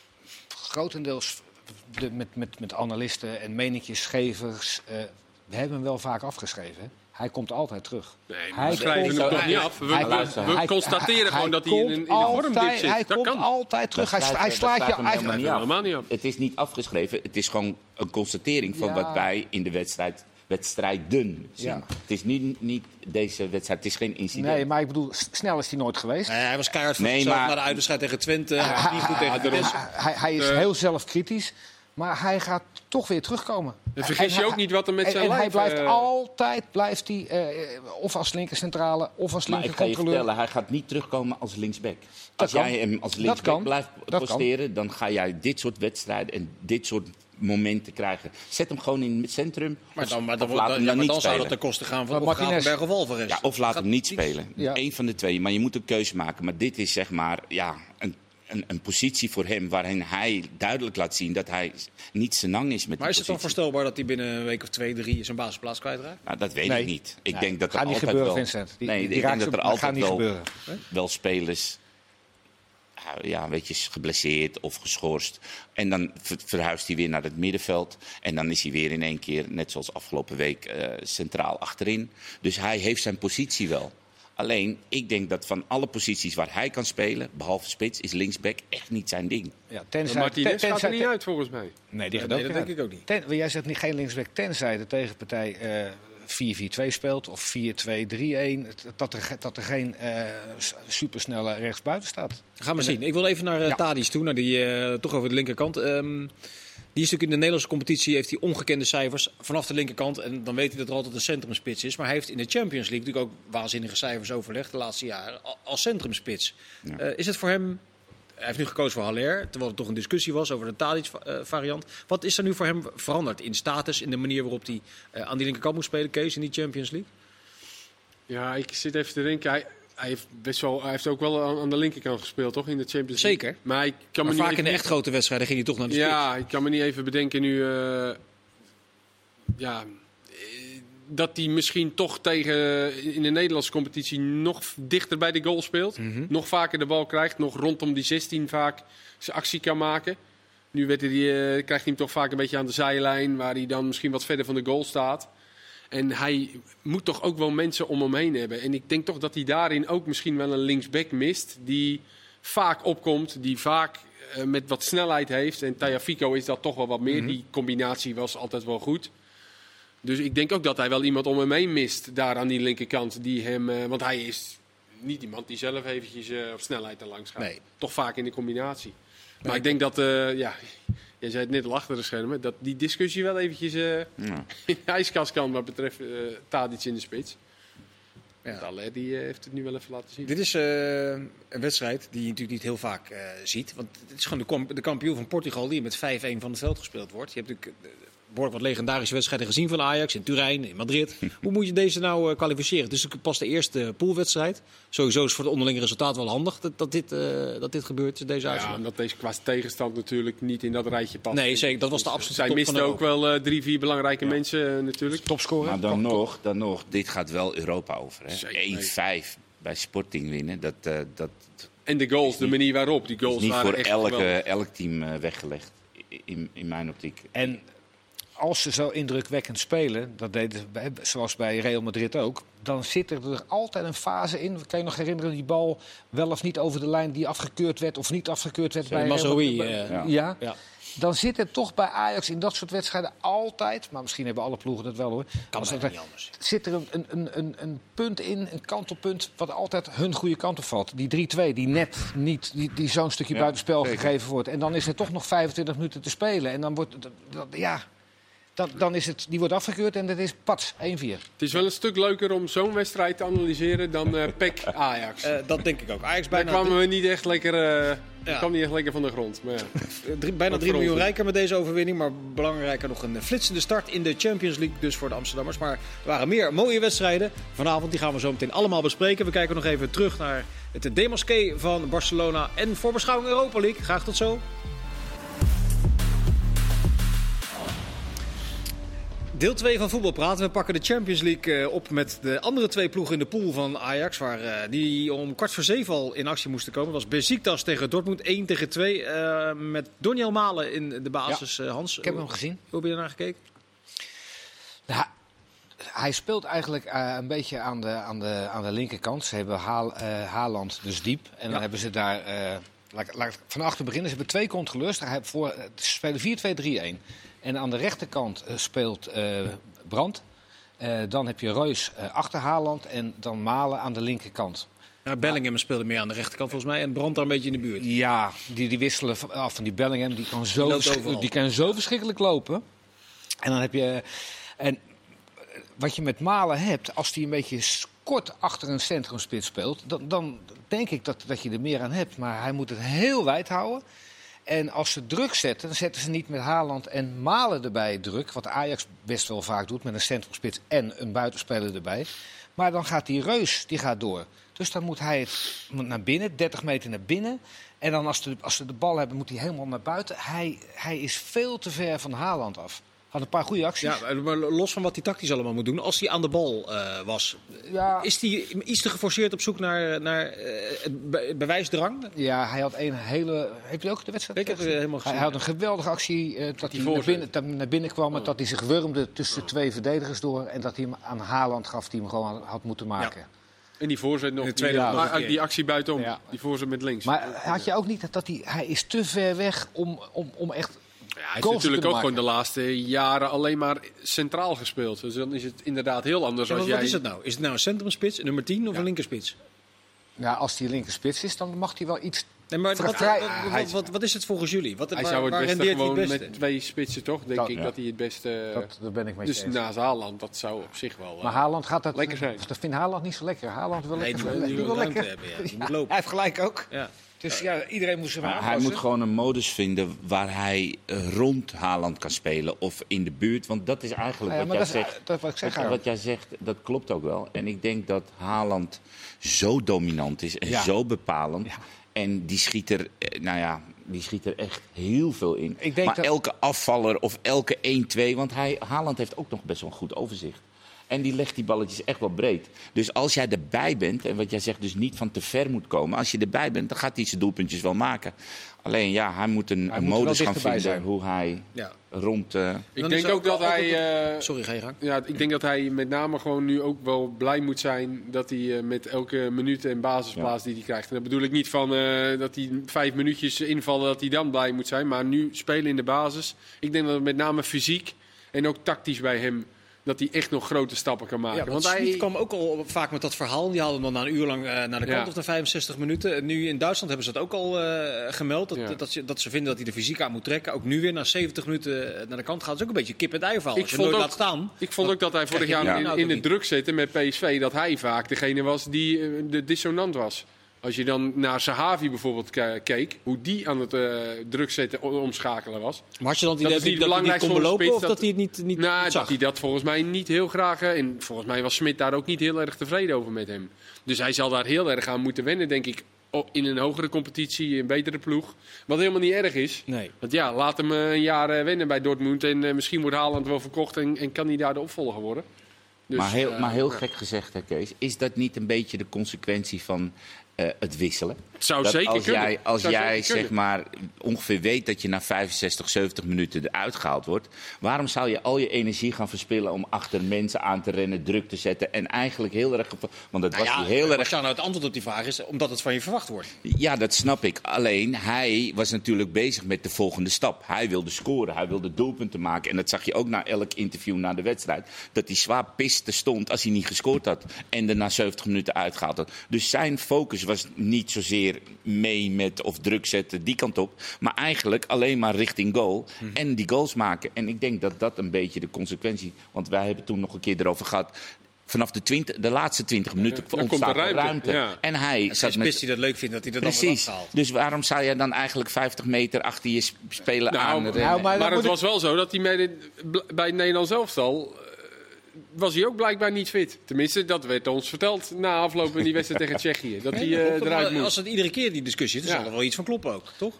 grotendeels de, met, met, met analisten en meninkjesgevers. Uh, we hebben hem wel vaak afgeschreven. Hè? Hij komt altijd terug. Nee, maar Hij we schrijven komt- hem toch hij- niet af. We, hij- we, we hij- constateren gewoon dat hij in een, in een komt vormdip altijd- zit. Hij Dat komt kan. altijd terug. Hij, Dat hij schrijft- slaat dat je schrijft hem hij, helemaal niet af. helemaal niet af. Het is niet afgeschreven, het is gewoon een constatering van Ja. wat wij in de wedstrijd, wedstrijden zien. Ja. Het is niet, niet deze wedstrijd, het is geen incident. Nee, maar ik bedoel, s- snel is hij nooit geweest. Nee, hij was keihard Nee, vergezeld maar- naar de uitwedstrijd tegen Twente. Hij was niet goed tegen Hij, Vitesse. hij, hij is Eh. heel zelfkritisch. Maar hij gaat toch weer terugkomen. En vergis je hij- ook niet wat er met en, zijn en hij lijf, blijft eh, altijd, blijft hij, eh, of als linkercentrale, of als Maar ik ga je linkercontroleur. vertellen, hij gaat niet terugkomen als linksback. Als kan. jij hem als Dat linksback kan. blijft Dat posteren, dan ga jij dit soort wedstrijden en dit soort momenten krijgen. Zet hem gewoon in het centrum, Maar of, dan, maar of dan, laat dan, hem ja, dan maar niet dan zou spelen. dat ten koste gaan van Maar of Martinez- Gravenberg of Alvarez. Ja, of laat Gaat hem niet niet- spelen. Ja. Eén van de twee. Maar je moet een keuze maken. Maar dit is zeg maar ja, een, een, een positie voor hem waarin hij duidelijk laat zien dat hij niet senang is met Maar die is het dan positie. voorstelbaar dat hij binnen een week of twee, drie zijn basisplaats kwijtraakt? Nou, dat weet Nee. ik niet. Ik Nee, denk dat er gaat niet altijd gebeuren, wel, Vincent. Die- nee, die ik raakt denk dat ze- er dat gaat altijd niet wel, gebeuren. wel spelers ja, weet je, geblesseerd of geschorst. En dan ver- verhuist hij weer naar het middenveld. En dan is hij weer in één keer, net zoals afgelopen week, eh, centraal achterin. Dus hij heeft zijn positie wel. Alleen, ik denk dat van alle posities waar hij kan spelen, behalve spits, is linksback echt niet zijn ding. Ja, tenzij, Martinez ten- gaat er tenzij- niet uit volgens mij. Nee, die gaat Nee, ook dat niet denk uit. ik ook niet. Ten, jij zegt niet geen linksback, tenzij de tegenpartij eh vier vier twee speelt of vier twee drie een. Dat er, ge- dat er geen eh, s- supersnelle rechtsbuiten staat. Gaan we zien. Ik wil even naar uh, Ja. Tadic toe, naar die, uh, toch over de linkerkant. Um, die is natuurlijk in de Nederlandse competitie, heeft hij ongekende cijfers vanaf de linkerkant. En dan weet hij dat er altijd een centrumspits is. Maar hij heeft in de Champions League natuurlijk ook waanzinnige cijfers overlegd de laatste jaren a- als centrumspits. Ja. Uh, is het voor hem... Hij heeft nu gekozen voor Haller, terwijl er toch een discussie was over de Tadic-variant. Wat is er nu voor hem veranderd in status, in de manier waarop hij uh, aan die linkerkant moet spelen, Kees, in die Champions League? Ja, ik zit even te denken. Hij, hij heeft, best wel, hij heeft ook wel aan, aan de linkerkant gespeeld, toch? In de Champions League. Zeker. Maar, ik kan Maar me vaak niet in de even- echt grote wedstrijden ging hij toch naar de spits. Ja, ik kan me niet even bedenken nu... eh, ja, eh, dat hij misschien toch tegen in de Nederlandse competitie nog dichter bij de goal speelt. Mhm. Nog vaker de bal krijgt. Nog rondom die zestien vaak zijn actie kan maken. Nu werd hij, eh, krijgt hij hem toch vaak een beetje aan de zijlijn. Waar hij dan misschien wat verder van de goal staat. En hij moet toch ook wel mensen om hem heen hebben. En ik denk toch dat hij daarin ook misschien wel een linksback mist. Die vaak opkomt. Die vaak eh, met wat snelheid heeft. En Tagliafico is dat toch wel wat meer. Mhm. Die combinatie was altijd wel goed. Dus ik denk ook dat hij wel iemand om hem heen mist. Daar aan die linkerkant. Die hem, eh, want hij is niet iemand die zelf eventjes eh, op snelheid er langs gaat. Nee. Toch vaak in de combinatie. Maar Nee, ik denk dat, eh, ja, jij zei het net al achter de schermen, dat die discussie wel eventjes eh, Ja. in de ijskast kan wat betreft uh, Tadic in de spits. Ja. Want Haller, die eh, heeft het nu wel even laten zien. Dit is eh, een wedstrijd die je natuurlijk niet heel vaak eh, ziet. Want het is gewoon de, kom- de kampioen van Portugal die met vijf-een van het veld gespeeld wordt. Je hebt natuurlijk eh, behoorlijk wat legendarische wedstrijden gezien van Ajax in Turijn, in Madrid. Hoe moet je deze nou eh, kwalificeren? Het is natuurlijk pas de eerste poolwedstrijd. Sowieso is voor het onderlinge resultaat wel handig dat, dat, dit, eh, dat dit gebeurt, deze Ja, uitslag. omdat deze qua tegenstand natuurlijk niet in dat rijtje past. Nee, zeker. Dat was de absolute Zij top misten van ook wel eh, drie, vier belangrijke mensen eh, natuurlijk. Topscorer. Maar dan nog, dan nog, dit gaat wel Europa over. hè. Zeker. één vijf bij Sporting winnen, dat, eh, dat En de goals, de manier waarop. Die is goals niet waren voor echt elke, geweldig. elk team eh, weggelegd. In, in mijn optiek. En als ze zo indrukwekkend spelen, dat deden ze bij- zoals bij Real Madrid ook, dan zit er, er altijd een fase in. Kan je nog herinneren, die bal wel of niet over de lijn die afgekeurd werd of niet afgekeurd werd bij Real Mazraoui, Madrid? eh, ja. ja. Ja. Dan zit er toch bij Ajax in dat soort wedstrijden altijd, maar misschien hebben alle ploegen dat wel hoor. Kan Als bijna er- niet anders. Zit er een, een, een, een punt in, een kantelpunt, wat altijd hun goede kant op valt. Die drie-twee, die net niet, die, die zo'n stukje Ja, buitenspel zeker. gegeven wordt. En dan is er toch nog vijfentwintig minuten te spelen. En dan wordt het, dat- ja, dan, dan is het, die wordt afgekeurd en dat is pats, één-vier. Het is wel een stuk leuker om zo'n wedstrijd te analyseren dan eh P E C Ajax. Eh, dat denk ik ook. Ajax Daar bijna, kwamen we niet echt lekker, eh, Ja. kwam niet echt lekker van de grond. Maar ja. drie, bijna Wat drie voor miljoen ons. rijker met deze overwinning. Maar belangrijker nog een flitsende start in de Champions League. Dus voor de Amsterdammers. Maar er waren meer mooie wedstrijden. Vanavond die gaan we zo meteen allemaal bespreken. We kijken nog even terug naar het demasqué van Barcelona. En voorbeschouwing Europa League. Graag tot zo. Deel twee van Voetbal Praten. We pakken de Champions League eh, op met de andere twee ploegen in de pool van Ajax. Waar eh, die om kwart voor zeven al in actie moesten komen. Dat was Besiktas tegen Dortmund één tegen twee. eh, met Donjel Malen in de basis. eh, Hans, Ik heb hem gezien. hoe heb je ernaar gekeken? Nou, hij speelt eigenlijk eh, een beetje aan de, aan, de, aan de linkerkant. Ze hebben Haal, eh, Haaland dus diep. En dan Ja. hebben ze daar... eh, laat, ik- laat ik van achter beginnen. Ze hebben twee controleurs. Daar hebben voor, ze spelen vier twee drie-een. En aan de rechterkant eh, speelt eh Brandt. Eh, dan heb je Reus eh, achter Haaland. En dan Malen aan de linkerkant. Ja, Bellingham speelde meer aan de rechterkant volgens mij. En Brandt daar een beetje in de buurt. Ja, die, die wisselen van- af van die Bellingham. Die kan zo, Die loopt verschri- overal. die kan zo verschrikkelijk lopen. En dan heb je... En wat je met Malen hebt, als die een beetje s- kort achter een centrumspits speelt, dan, dan denk ik dat, dat je er meer aan hebt. Maar hij moet het heel wijd houden. En als ze druk zetten, dan zetten ze niet met Haaland en Malen erbij druk. Wat Ajax best wel vaak doet met een centrumspits en een buitenspeler erbij. Maar dan gaat die Reus die gaat door. Dus dan moet hij het moet naar binnen, dertig meter naar binnen. En dan als, de, als ze de bal hebben, moet hij helemaal naar buiten. Hij, hij is veel te ver van Haaland af. Had een paar goede acties. Ja, maar los van wat hij tactisch allemaal moet doen. Als hij aan de bal eh, was. Ja. Is hij iets te geforceerd op zoek naar, naar eh, het be- bewijsdrang? Ja, hij had een hele... Heb je ook de wedstrijd Ik heb het gezien? helemaal gezien, Hij had ja. een geweldige actie eh, dat hij naar voorzet. binnen, dat hij naar binnen kwam. En dat hij zich wurmde tussen twee verdedigers door. En dat hij hem aan Haaland gaf die hem gewoon had moeten maken. En die voorzet nog. In de tweede die, helft nog ah, een keer. die actie buitenom. Ja. Die voorzet met links. Maar had je ook niet dat, dat hij... Hij is te ver weg om, om, om echt... Ja, hij heeft goals te natuurlijk ook kunnen gewoon de laatste jaren alleen maar centraal gespeeld. Dus dan is het inderdaad heel anders Ja, als wat, jij... wat is het nou? Is het nou een centrumspits, een nummer tien of een linkerspits? Ja, als hij linker spits is, dan mag hij wel iets... Nee, maar wat, Vrij- wat, wat, wat, wat is het volgens jullie? Wat, Hij waar, zou het waar beste rendeert hij gewoon het beste? met twee spitsen toch, denk Dat- ik, ja. dat hij het beste... Dat, daar ben ik met dus je eens. naast Haaland, dat zou op zich wel... eh, Maar Haaland gaat dat... lekker zijn. Dat vindt Haaland niet zo lekker. Haaland wil Nee, lekker... die wil- die wil wil ruimte lekker. hebben, ja. Die moet lopen. Hij heeft gelijk ook. Ja. Dus ja, iedereen moet zich maar Maar hij aanpassen. moet gewoon een modus vinden waar hij eh, rond Haaland kan spelen. Of in de buurt. Want dat is eigenlijk Ja, wat maar jij dat is- zegt. dat wat ik zeg, wat, Aaron. wat jij zegt, dat klopt ook wel. En ik denk dat Haaland zo dominant is en Ja. zo bepalend. Ja. En die schiet er, eh, nou ja, die schiet er echt heel veel in. Ik denk maar dat- elke afvaller of elke één twee... Want hij, Haaland heeft ook nog best wel een goed overzicht. En die legt die balletjes echt wel breed. Dus als jij erbij bent, en wat jij zegt dus niet van te ver moet komen. Als je erbij bent, dan gaat hij zijn doelpuntjes wel maken. Alleen ja, hij moet een, Hij een moet er wel modus gaan dichterbij vinden zijn. hoe hij Ja. rond... eh, Ik Dan denk is ook dat altijd- hij... eh, Sorry, ga je gang. Ja, ik denk dat hij met name gewoon nu ook wel blij moet zijn dat hij eh, met elke minuut en basisplaats die hij krijgt. En dat bedoel ik niet van eh, dat hij vijf minuutjes invallen, dat hij dan blij moet zijn. Maar nu spelen in de basis. Ik denk dat het met name fysiek en ook tactisch bij hem, dat hij echt nog grote stappen kan maken. Ja, want want Smit hij, kwam ook al vaak met dat verhaal. Die haalden hem dan na een uur lang eh, naar de kant Ja. of na vijfenzestig minuten. En nu in Duitsland hebben ze dat ook al eh, gemeld. Dat, Ja. dat, ze, dat ze vinden dat hij de fysiek aan moet trekken. Ook nu weer na zeventig minuten naar de kant gaat. Dat is ook een beetje kip en ei verhaal. Ik Als je vond nooit ook- laat staan. ik vond ook dat hij vorig krijg je jaar die in, inhoud in ook het niet. druk zette met P S V, dat hij vaak degene was die eh, de dissonant was. Als je dan naar Sahavi bijvoorbeeld ke- keek, hoe die aan het eh, druk zetten, o- omschakelen was. Maar had je dan het Dat idee is dat, niet hij- dat hij niet belangrijk kon voor een belopen? spits, Of dat, dat- hij het niet, niet, Nou, niet dat zag? hij dat volgens mij niet heel graag. eh, En volgens mij was Smit daar ook niet heel erg tevreden over met hem. Dus hij zal daar heel erg aan moeten wennen, denk ik. o- In een hogere competitie, een betere ploeg. Wat helemaal niet erg is. Nee. Want ja, laat hem eh, een jaar eh, wennen bij Dortmund. En eh, misschien wordt Haaland wel verkocht en, en kan hij daar de opvolger worden. Dus, maar heel, eh, maar heel ja. gek gezegd, hè, Kees. Is dat niet een beetje de consequentie van eh, het wisselen? Het zou Dat zeker als kunnen. jij, als Zou jij zeker zeg kunnen. maar ongeveer weet dat je na vijfenzestig, zeventig minuten eruit gehaald wordt, waarom zou je al je energie gaan verspillen om achter mensen aan te rennen, druk te zetten en eigenlijk heel erg, gevo- want dat Nou was ja, hij heel erg. Marciano, het antwoord op die vraag is omdat het van je verwacht wordt. Ja, dat snap ik. Alleen hij was natuurlijk bezig met de volgende stap. Hij wilde scoren, hij wilde doelpunten maken en dat zag je ook na elk interview na de wedstrijd, dat hij zwaar piste stond als hij niet gescoord had en er na zeventig minuten uitgehaald had. Dus zijn focus was niet zozeer mee met of druk zetten die kant op, maar eigenlijk alleen maar richting goal en die goals maken. En ik denk dat dat een beetje de consequentie, want wij hebben toen nog een keer erover gehad. Vanaf de, twintig, de laatste twintig minuten dan ontstaat komt er er ruimte, ruimte. ja. En hij Het zat is met spits die dat leuk vindt dat hij er dan wordt Precies. afgehaald. Dus waarom zou je dan eigenlijk vijftig meter achter je sp- speler Nou, aan nou, rennen? maar- maar dan het moet was wel zo dat hij met het- bl- bij het Nederlands elftal eh, was hij ook blijkbaar niet fit. Tenminste, dat werd ons verteld na afloop van die wedstrijd tegen Tsjechië. Dat hij eh, Klopt, eruit maar moest. als het iedere keer die discussie is, dan Ja. zal er wel iets van kloppen ook, toch?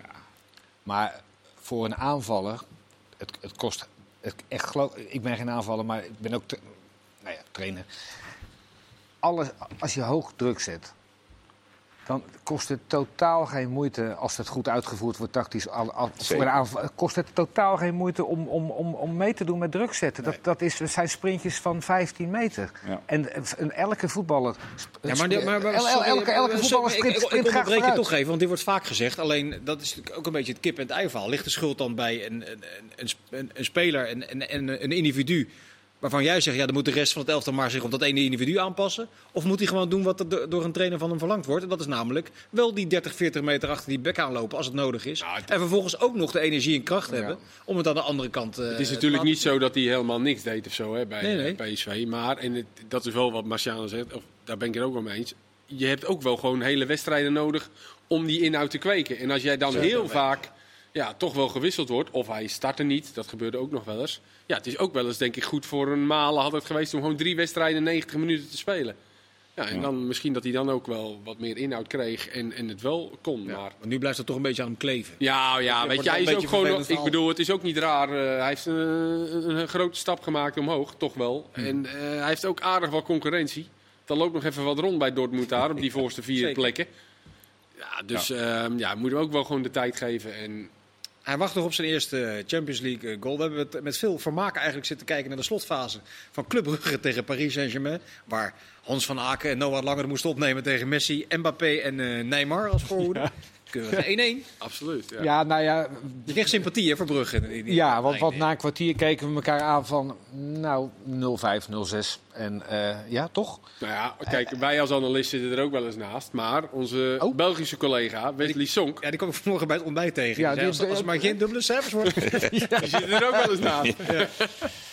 Maar voor een aanvaller, het, het kost het, echt geloof, ik ben geen aanvaller, maar ik ben ook tra- nou ja, trainer. Alles, als je hoog druk zet, dan kost het totaal geen moeite als het goed uitgevoerd wordt tactisch. Al, al, voor Zeker. een aanval, kost het totaal geen moeite om, om, om, om mee te doen met druk zetten. Dat, dat, is, dat zijn sprintjes van vijftien meter. Ja. En, en elke voetballer. sp- Ja, maar, die- maar, maar el- el- sorry, elke, elke eh, voetballer sorry, sprint, ik, ik, sprint ik graag onderbreek je vooruit. toch even, want dit wordt vaak gezegd. Alleen, dat is natuurlijk ook een beetje het kip- en het ei-verhaal. Ligt de schuld dan bij een, een, een, een, een speler, een, een, een, een individu, waarvan jij zegt, ja, dan moet de rest van het elftal maar zich op dat ene individu aanpassen? Of moet hij gewoon doen wat er do- door een trainer van hem verlangd wordt? En dat is namelijk wel die dertig, veertig meter achter die bek aanlopen als het nodig is. Nou, het- En vervolgens ook nog de energie en kracht Ja. hebben om het aan de andere kant eh, Het is te natuurlijk laten niet zo dat hij helemaal niks deed of zo hè, bij Nee, nee. eh, P S V. Maar, en het, dat is wel wat Marciano zegt, of, daar ben ik het ook wel mee eens. Je hebt ook wel gewoon hele wedstrijden nodig om die inhoud te kweken. En als jij dan heel vaak ja, toch wel gewisseld wordt, of hij startte niet, dat gebeurde ook nog wel eens. Ja, het is ook wel eens denk ik goed voor een Malen had het geweest om gewoon drie wedstrijden negentig minuten te spelen. Ja, en Ja. dan misschien dat hij dan ook wel wat meer inhoud kreeg en, en het wel kon. Ja, Maar maar nu blijft het toch een beetje aan hem kleven. ja, ja, wordt weet wel je, hij een is ook beetje gewoon. vervelend Ik verhaal. bedoel, het is ook niet raar. eh, hij heeft een, een, een grote stap gemaakt omhoog, toch wel. Hmm. En eh, hij heeft ook aardig wat concurrentie. Dan loopt nog even wat rond bij Dortmund daar op die voorste vier Zeker. plekken. Ja, dus ja. ja, moet hem ook wel gewoon de tijd geven. En Hij wacht nog op zijn eerste Champions League goal. We hebben het met veel vermaak eigenlijk zitten kijken naar de slotfase van Club Brugge tegen Paris Saint-Germain. Waar Hans van Aken en Noah Langer moesten opnemen tegen Messi, Mbappé en uh, Neymar als voorhoede. Keurige één-één. absoluut. Ja. Ja, nou ja, Je kreeg sympathie hè, voor Brugge. in- in- ja, want, in- want na een kwartier keken we elkaar aan van, nou, nul vijf, nul zes. En eh, ja, toch? Nou ja, kijk, wij als analist zitten er ook wel eens naast. Maar onze Oh. Belgische collega Wesley Sonk, Ja, die kwam ik vanmorgen bij het ontbijt tegen. Ja, Die zei, die- als, als het maar geen dubbele cijfers wordt. die zit er ook wel eens naast.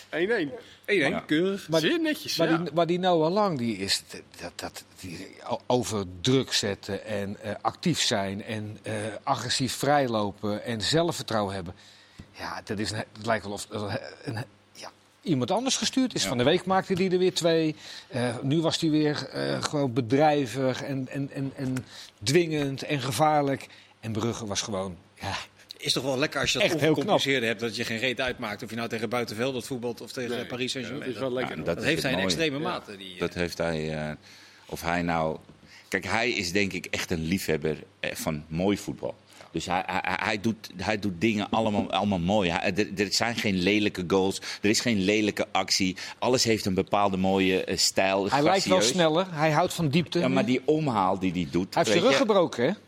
één-één. één-één, Ja. keurig. Maar, Zeer netjes, maar, ja. die, maar die Noah Lang, die is dat, dat, die over druk zetten en uh, actief zijn en uh, agressief vrijlopen en zelfvertrouwen hebben. Ja, dat is een, het lijkt wel of uh, een, ja, iemand anders gestuurd is. Ja. Van de week maakte hij er weer twee. Uh, nu was hij weer uh, gewoon bedrijvig en, en, en, en dwingend en gevaarlijk. En Brugge was gewoon... Ja, Is toch wel lekker als je dat Echt heel ongecompliceerd hebt, dat je geen reet uitmaakt. Of je nou tegen Buitenveld dat voetbalt of tegen Nee, Paris ja, Saint-Germain. dat is wel lekker. Ja, hoor. dat is heeft het hij in mooie. extreme Ja. mate. Die, uh, Dat heeft hij. Uh, of hij nou. Kijk, hij is denk ik echt een liefhebber eh, van mooi voetbal. Dus hij, hij, hij, doet, hij doet dingen allemaal, allemaal mooi. Hij, er, er zijn geen lelijke goals. Er is geen lelijke actie. Alles heeft een bepaalde mooie uh, stijl. hij lijkt wel gracieus. sneller. Hij houdt van diepte. Ja, maar die omhaal die hij doet. hij heeft zijn weet rug je, gebroken, hè?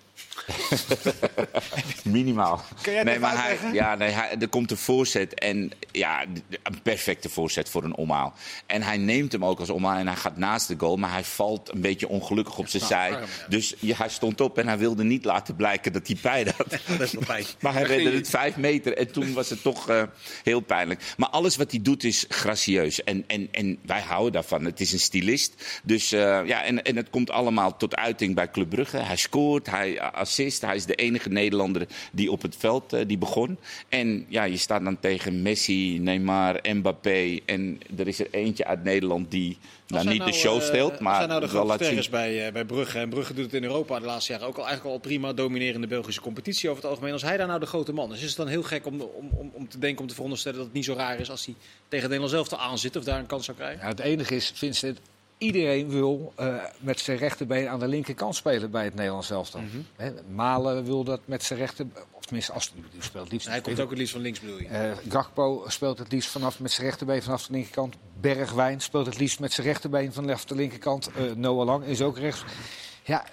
Minimaal. Kun jij nee, het maar even hij, uitleggen? ja, nee, hij, er komt een voorzet en ja, een perfecte voorzet voor een omhaal. En hij neemt hem ook als omhaal en hij gaat naast de goal, maar hij valt een beetje ongelukkig op zijn zij. arm, ja. Dus ja, hij stond op en hij wilde niet laten blijken dat hij pijn had. dat is wel fijn. Maar hij redde het vijf meter en toen was het toch uh, heel pijnlijk. Maar alles wat hij doet is gracieus. En, en, en wij houden daarvan. Het is een stylist. Dus, uh, ja, en, en het komt allemaal tot uiting bij Club Brugge. Hij scoort, hij assist. Hij is de enige Nederlander die op het veld uh, die begon. En ja, je staat dan tegen Messi, Neymar, Mbappé. En er is er eentje uit Nederland die nou, niet de show steelt, maar zijn nou de wel grote laat zien. sterren bij, uh, bij Brugge. En Brugge doet het in Europa de laatste jaren ook al eigenlijk al prima. Dominerende Belgische competitie over het algemeen. Als hij daar nou de grote man is, is het dan heel gek om, om, om, om te denken, om te veronderstellen dat het niet zo raar is als hij tegen Nederland zelf te aanzit of daar een kans zou krijgen? Ja, het enige is, Vincent, iedereen wil uh, met zijn rechterbeen aan de linkerkant spelen bij het Nederlands elftal. Mhm. Hè, Malen wil dat met zijn rechter, of tenminste, als die speelt het liefst. Hij komt ook het liefst van links, bedoel je? Uh, Gakpo speelt het liefst vanaf met zijn rechterbeen vanaf de linkerkant. Bergwijn speelt het liefst met zijn rechterbeen vanaf de linkerkant. Uh, Noah Lang is ook rechts. Ja,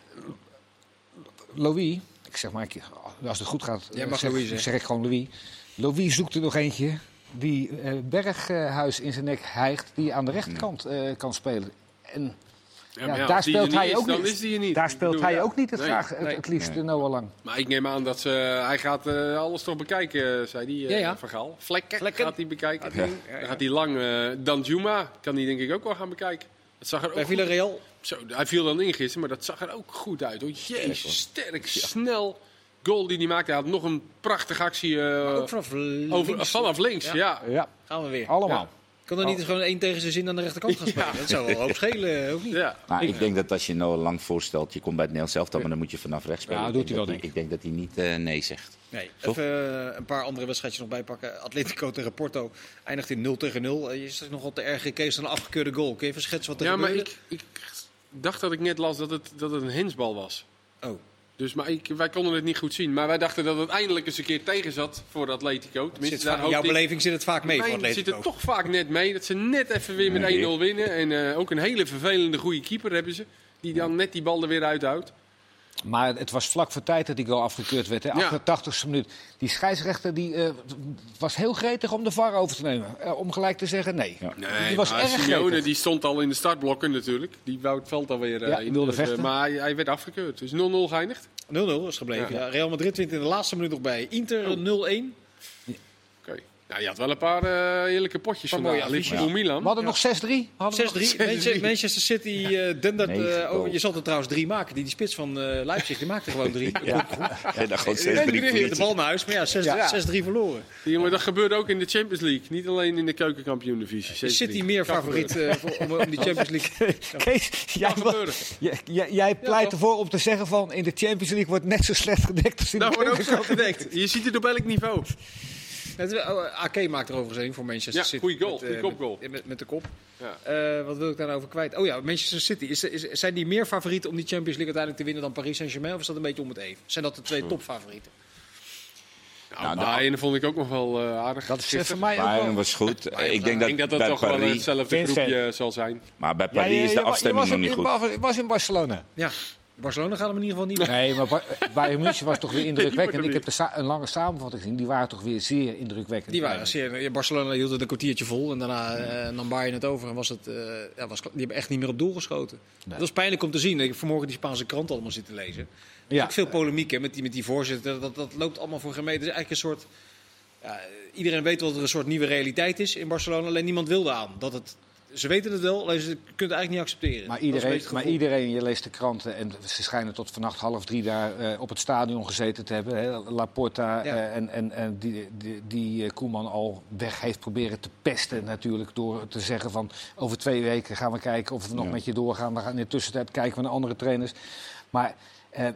Louis, ik zeg maar, als het goed gaat, Jij mag zeg, Louis zeggen. zeg ik gewoon Louis. Louis zoekt er nog eentje die uh, Berghuis in zijn nek hijgt, die aan de rechterkant uh, kan spelen. En Ja, ja, maar ja, daar als die er speelt niet hij is, ook dan niet. is die er niet. Daar Ik speelt bedoel, hij ja. ook niet het, Nee, graag, het, nee. het liefst, Nee. Noah Lang. Maar ik neem aan dat ze, hij gaat uh, alles toch bekijken, zei die uh, Ja, ja. Van Gaal. Vlekken, Vlekken. gaat hij bekijken. Ja. Dan gaat hij lang. Uh, Danjuma kan hij denk ik ook wel gaan bekijken. Dat zag er ook Bij goed Villarreal. Zo, hij viel dan in gisteren, maar dat zag er ook goed uit. Hoor. Jezus, sterk, snel. Goal die hij maakte. Hij had nog een prachtige actie uh, Ook vanaf links. over, vanaf links. Ja. Ja. Ja, Gaan we weer. allemaal. Kan er niet gewoon één tegen zijn zin aan de rechterkant gaan spelen? Dat zou wel een hoop schelen, of niet? Ja. Nou, ik denk dat als je Noah Lang voorstelt, je komt bij het Nederlands elftal, maar dan moet je vanaf rechts spelen. Ja, Ik doet denk hij wel, dat denk Ik denk dat hij niet uh, nee zegt. Nee, Toch? even uh, een paar andere wedstrijdjes nog bijpakken. Atletico tegen Porto eindigt in nul tegen nul. Uh, je zegt nogal te erg Kees een afgekeurde goal. Kun je even schetsen wat er Ja, maar gebeurde? ik, ik dacht dat ik net las dat het, dat het een hensbal was. Oh, Dus, maar ik, wij konden het niet goed zien. Maar wij dachten dat het eindelijk eens een keer tegen zat voor Atletico. Tenminste, zit daar vaak- in jouw hoopte ik- beleving zit het vaak mee voor Nee, het zit Atletico. er toch vaak net mee. Dat ze net even weer met Nee. één nul winnen. En uh, ook een hele vervelende goede keeper hebben ze. Die dan net die bal er weer uithoudt. Maar het was vlak voor tijd dat die goal afgekeurd werd. Hè? Ja. achtentachtigste minuut. Die scheidsrechter die, uh, was heel gretig om de V A R over te nemen. Uh, om gelijk te zeggen nee. Ja. Nee, die was maar erg Simeone gretig. die stond al in de startblokken natuurlijk. Die wou het veld alweer uh, Ja, in. wilde Dus, uh, vechten. maar hij, hij werd afgekeurd. Dus nul nul geëindigd. nul nul is gebleven. Ja. Ja, Real Madrid wint in de laatste minuut nog bij Inter Oh. nul een. Oké. Nou, je had wel een paar uh, heerlijke potjes Paar vandaag. mooie affiches. Liverpool Milan. We hadden nog zes drie. Hadden we zes drie. nog- Manchester, Manchester City uh, dendert. Negen Uh, oh, goals. je zal er trouwens drie maken. Die, die spits van uh, Leipzig die maakte gewoon drie. Ja. En dan gewoon Die zes drie heeft de bal naar huis. Maar ja, zes drie Ja. verloren. Die jongen, dat gebeurde ook in de Champions League. Niet alleen in de keukenkampioen-divisie. Is zes drie. City meer Kan favoriet gebeuren. uh, voor- om, om die Champions League... Kees, jij, Kan wa- gebeuren. jij, jij, jij pleit toch? ervoor om te zeggen van in de Champions League wordt net zo slecht gedekt als in Nou, de wordt ook Champions zo gedekt. Je ziet het op elk niveau. Het, uh, A K maakt er overigens een voor Manchester Ja, City. goeie goal, Met, uh, goeie kopgoal. Met, met, met de kop. Ja. Uh, wat wil ik daar nou over kwijt? Oh ja, Manchester City. Is, is, zijn die meer favoriet om die Champions League uiteindelijk te winnen dan Paris Saint-Germain? Of is dat een beetje om het even? Zijn dat de twee topfavorieten? Nou, Nou, de- Bayern vond ik ook nog wel uh, aardig. Dat is gisteren. voor mij ook Bayern wel. was goed. Maar Ik denk ik dat, denk dat dat bij toch wel Paris, hetzelfde Vincent. groepje zal zijn. maar bij Ja, Paris je- is je de wa- je afstemming was nog in- niet je goed. was- je was in Barcelona. Ja, Barcelona gaat hem in ieder geval niet meer. Nee, maar Ba- Bayern München was toch weer indrukwekkend. Die Ik heb de sa- een lange samenvatting gezien. Die waren toch weer zeer indrukwekkend. Die waren zeer, Barcelona hield het een kwartiertje vol en daarna uh, nam Bayern het over en was het, uh, ja, was, die hebben echt niet meer op doel geschoten. Dat was pijnlijk om te zien. Ik heb vanmorgen die Spaanse krant allemaal zitten lezen. Er is Ja. ook veel polemiek hè, met, die, met die voorzitter. Dat, dat loopt allemaal voor gemeten. Het is eigenlijk een soort Ja, iedereen weet wel dat er een soort nieuwe realiteit is in Barcelona. Alleen niemand wilde aan. Dat het, ze weten het wel, alleen ze kunnen het eigenlijk niet accepteren. Maar Dat is een iedereen, beetje het maar gevoel. iedereen, je leest de kranten en ze schijnen tot vannacht half drie daar uh, op het stadion gezeten te hebben. Hè. Laporta Ja. uh, en, en, en die, die, die uh, Koeman al weg heeft proberen te pesten natuurlijk. Door te zeggen van over twee weken gaan we kijken of we nog Ja. met je doorgaan. We gaan in de tussentijd kijken we naar andere trainers. Maar uh,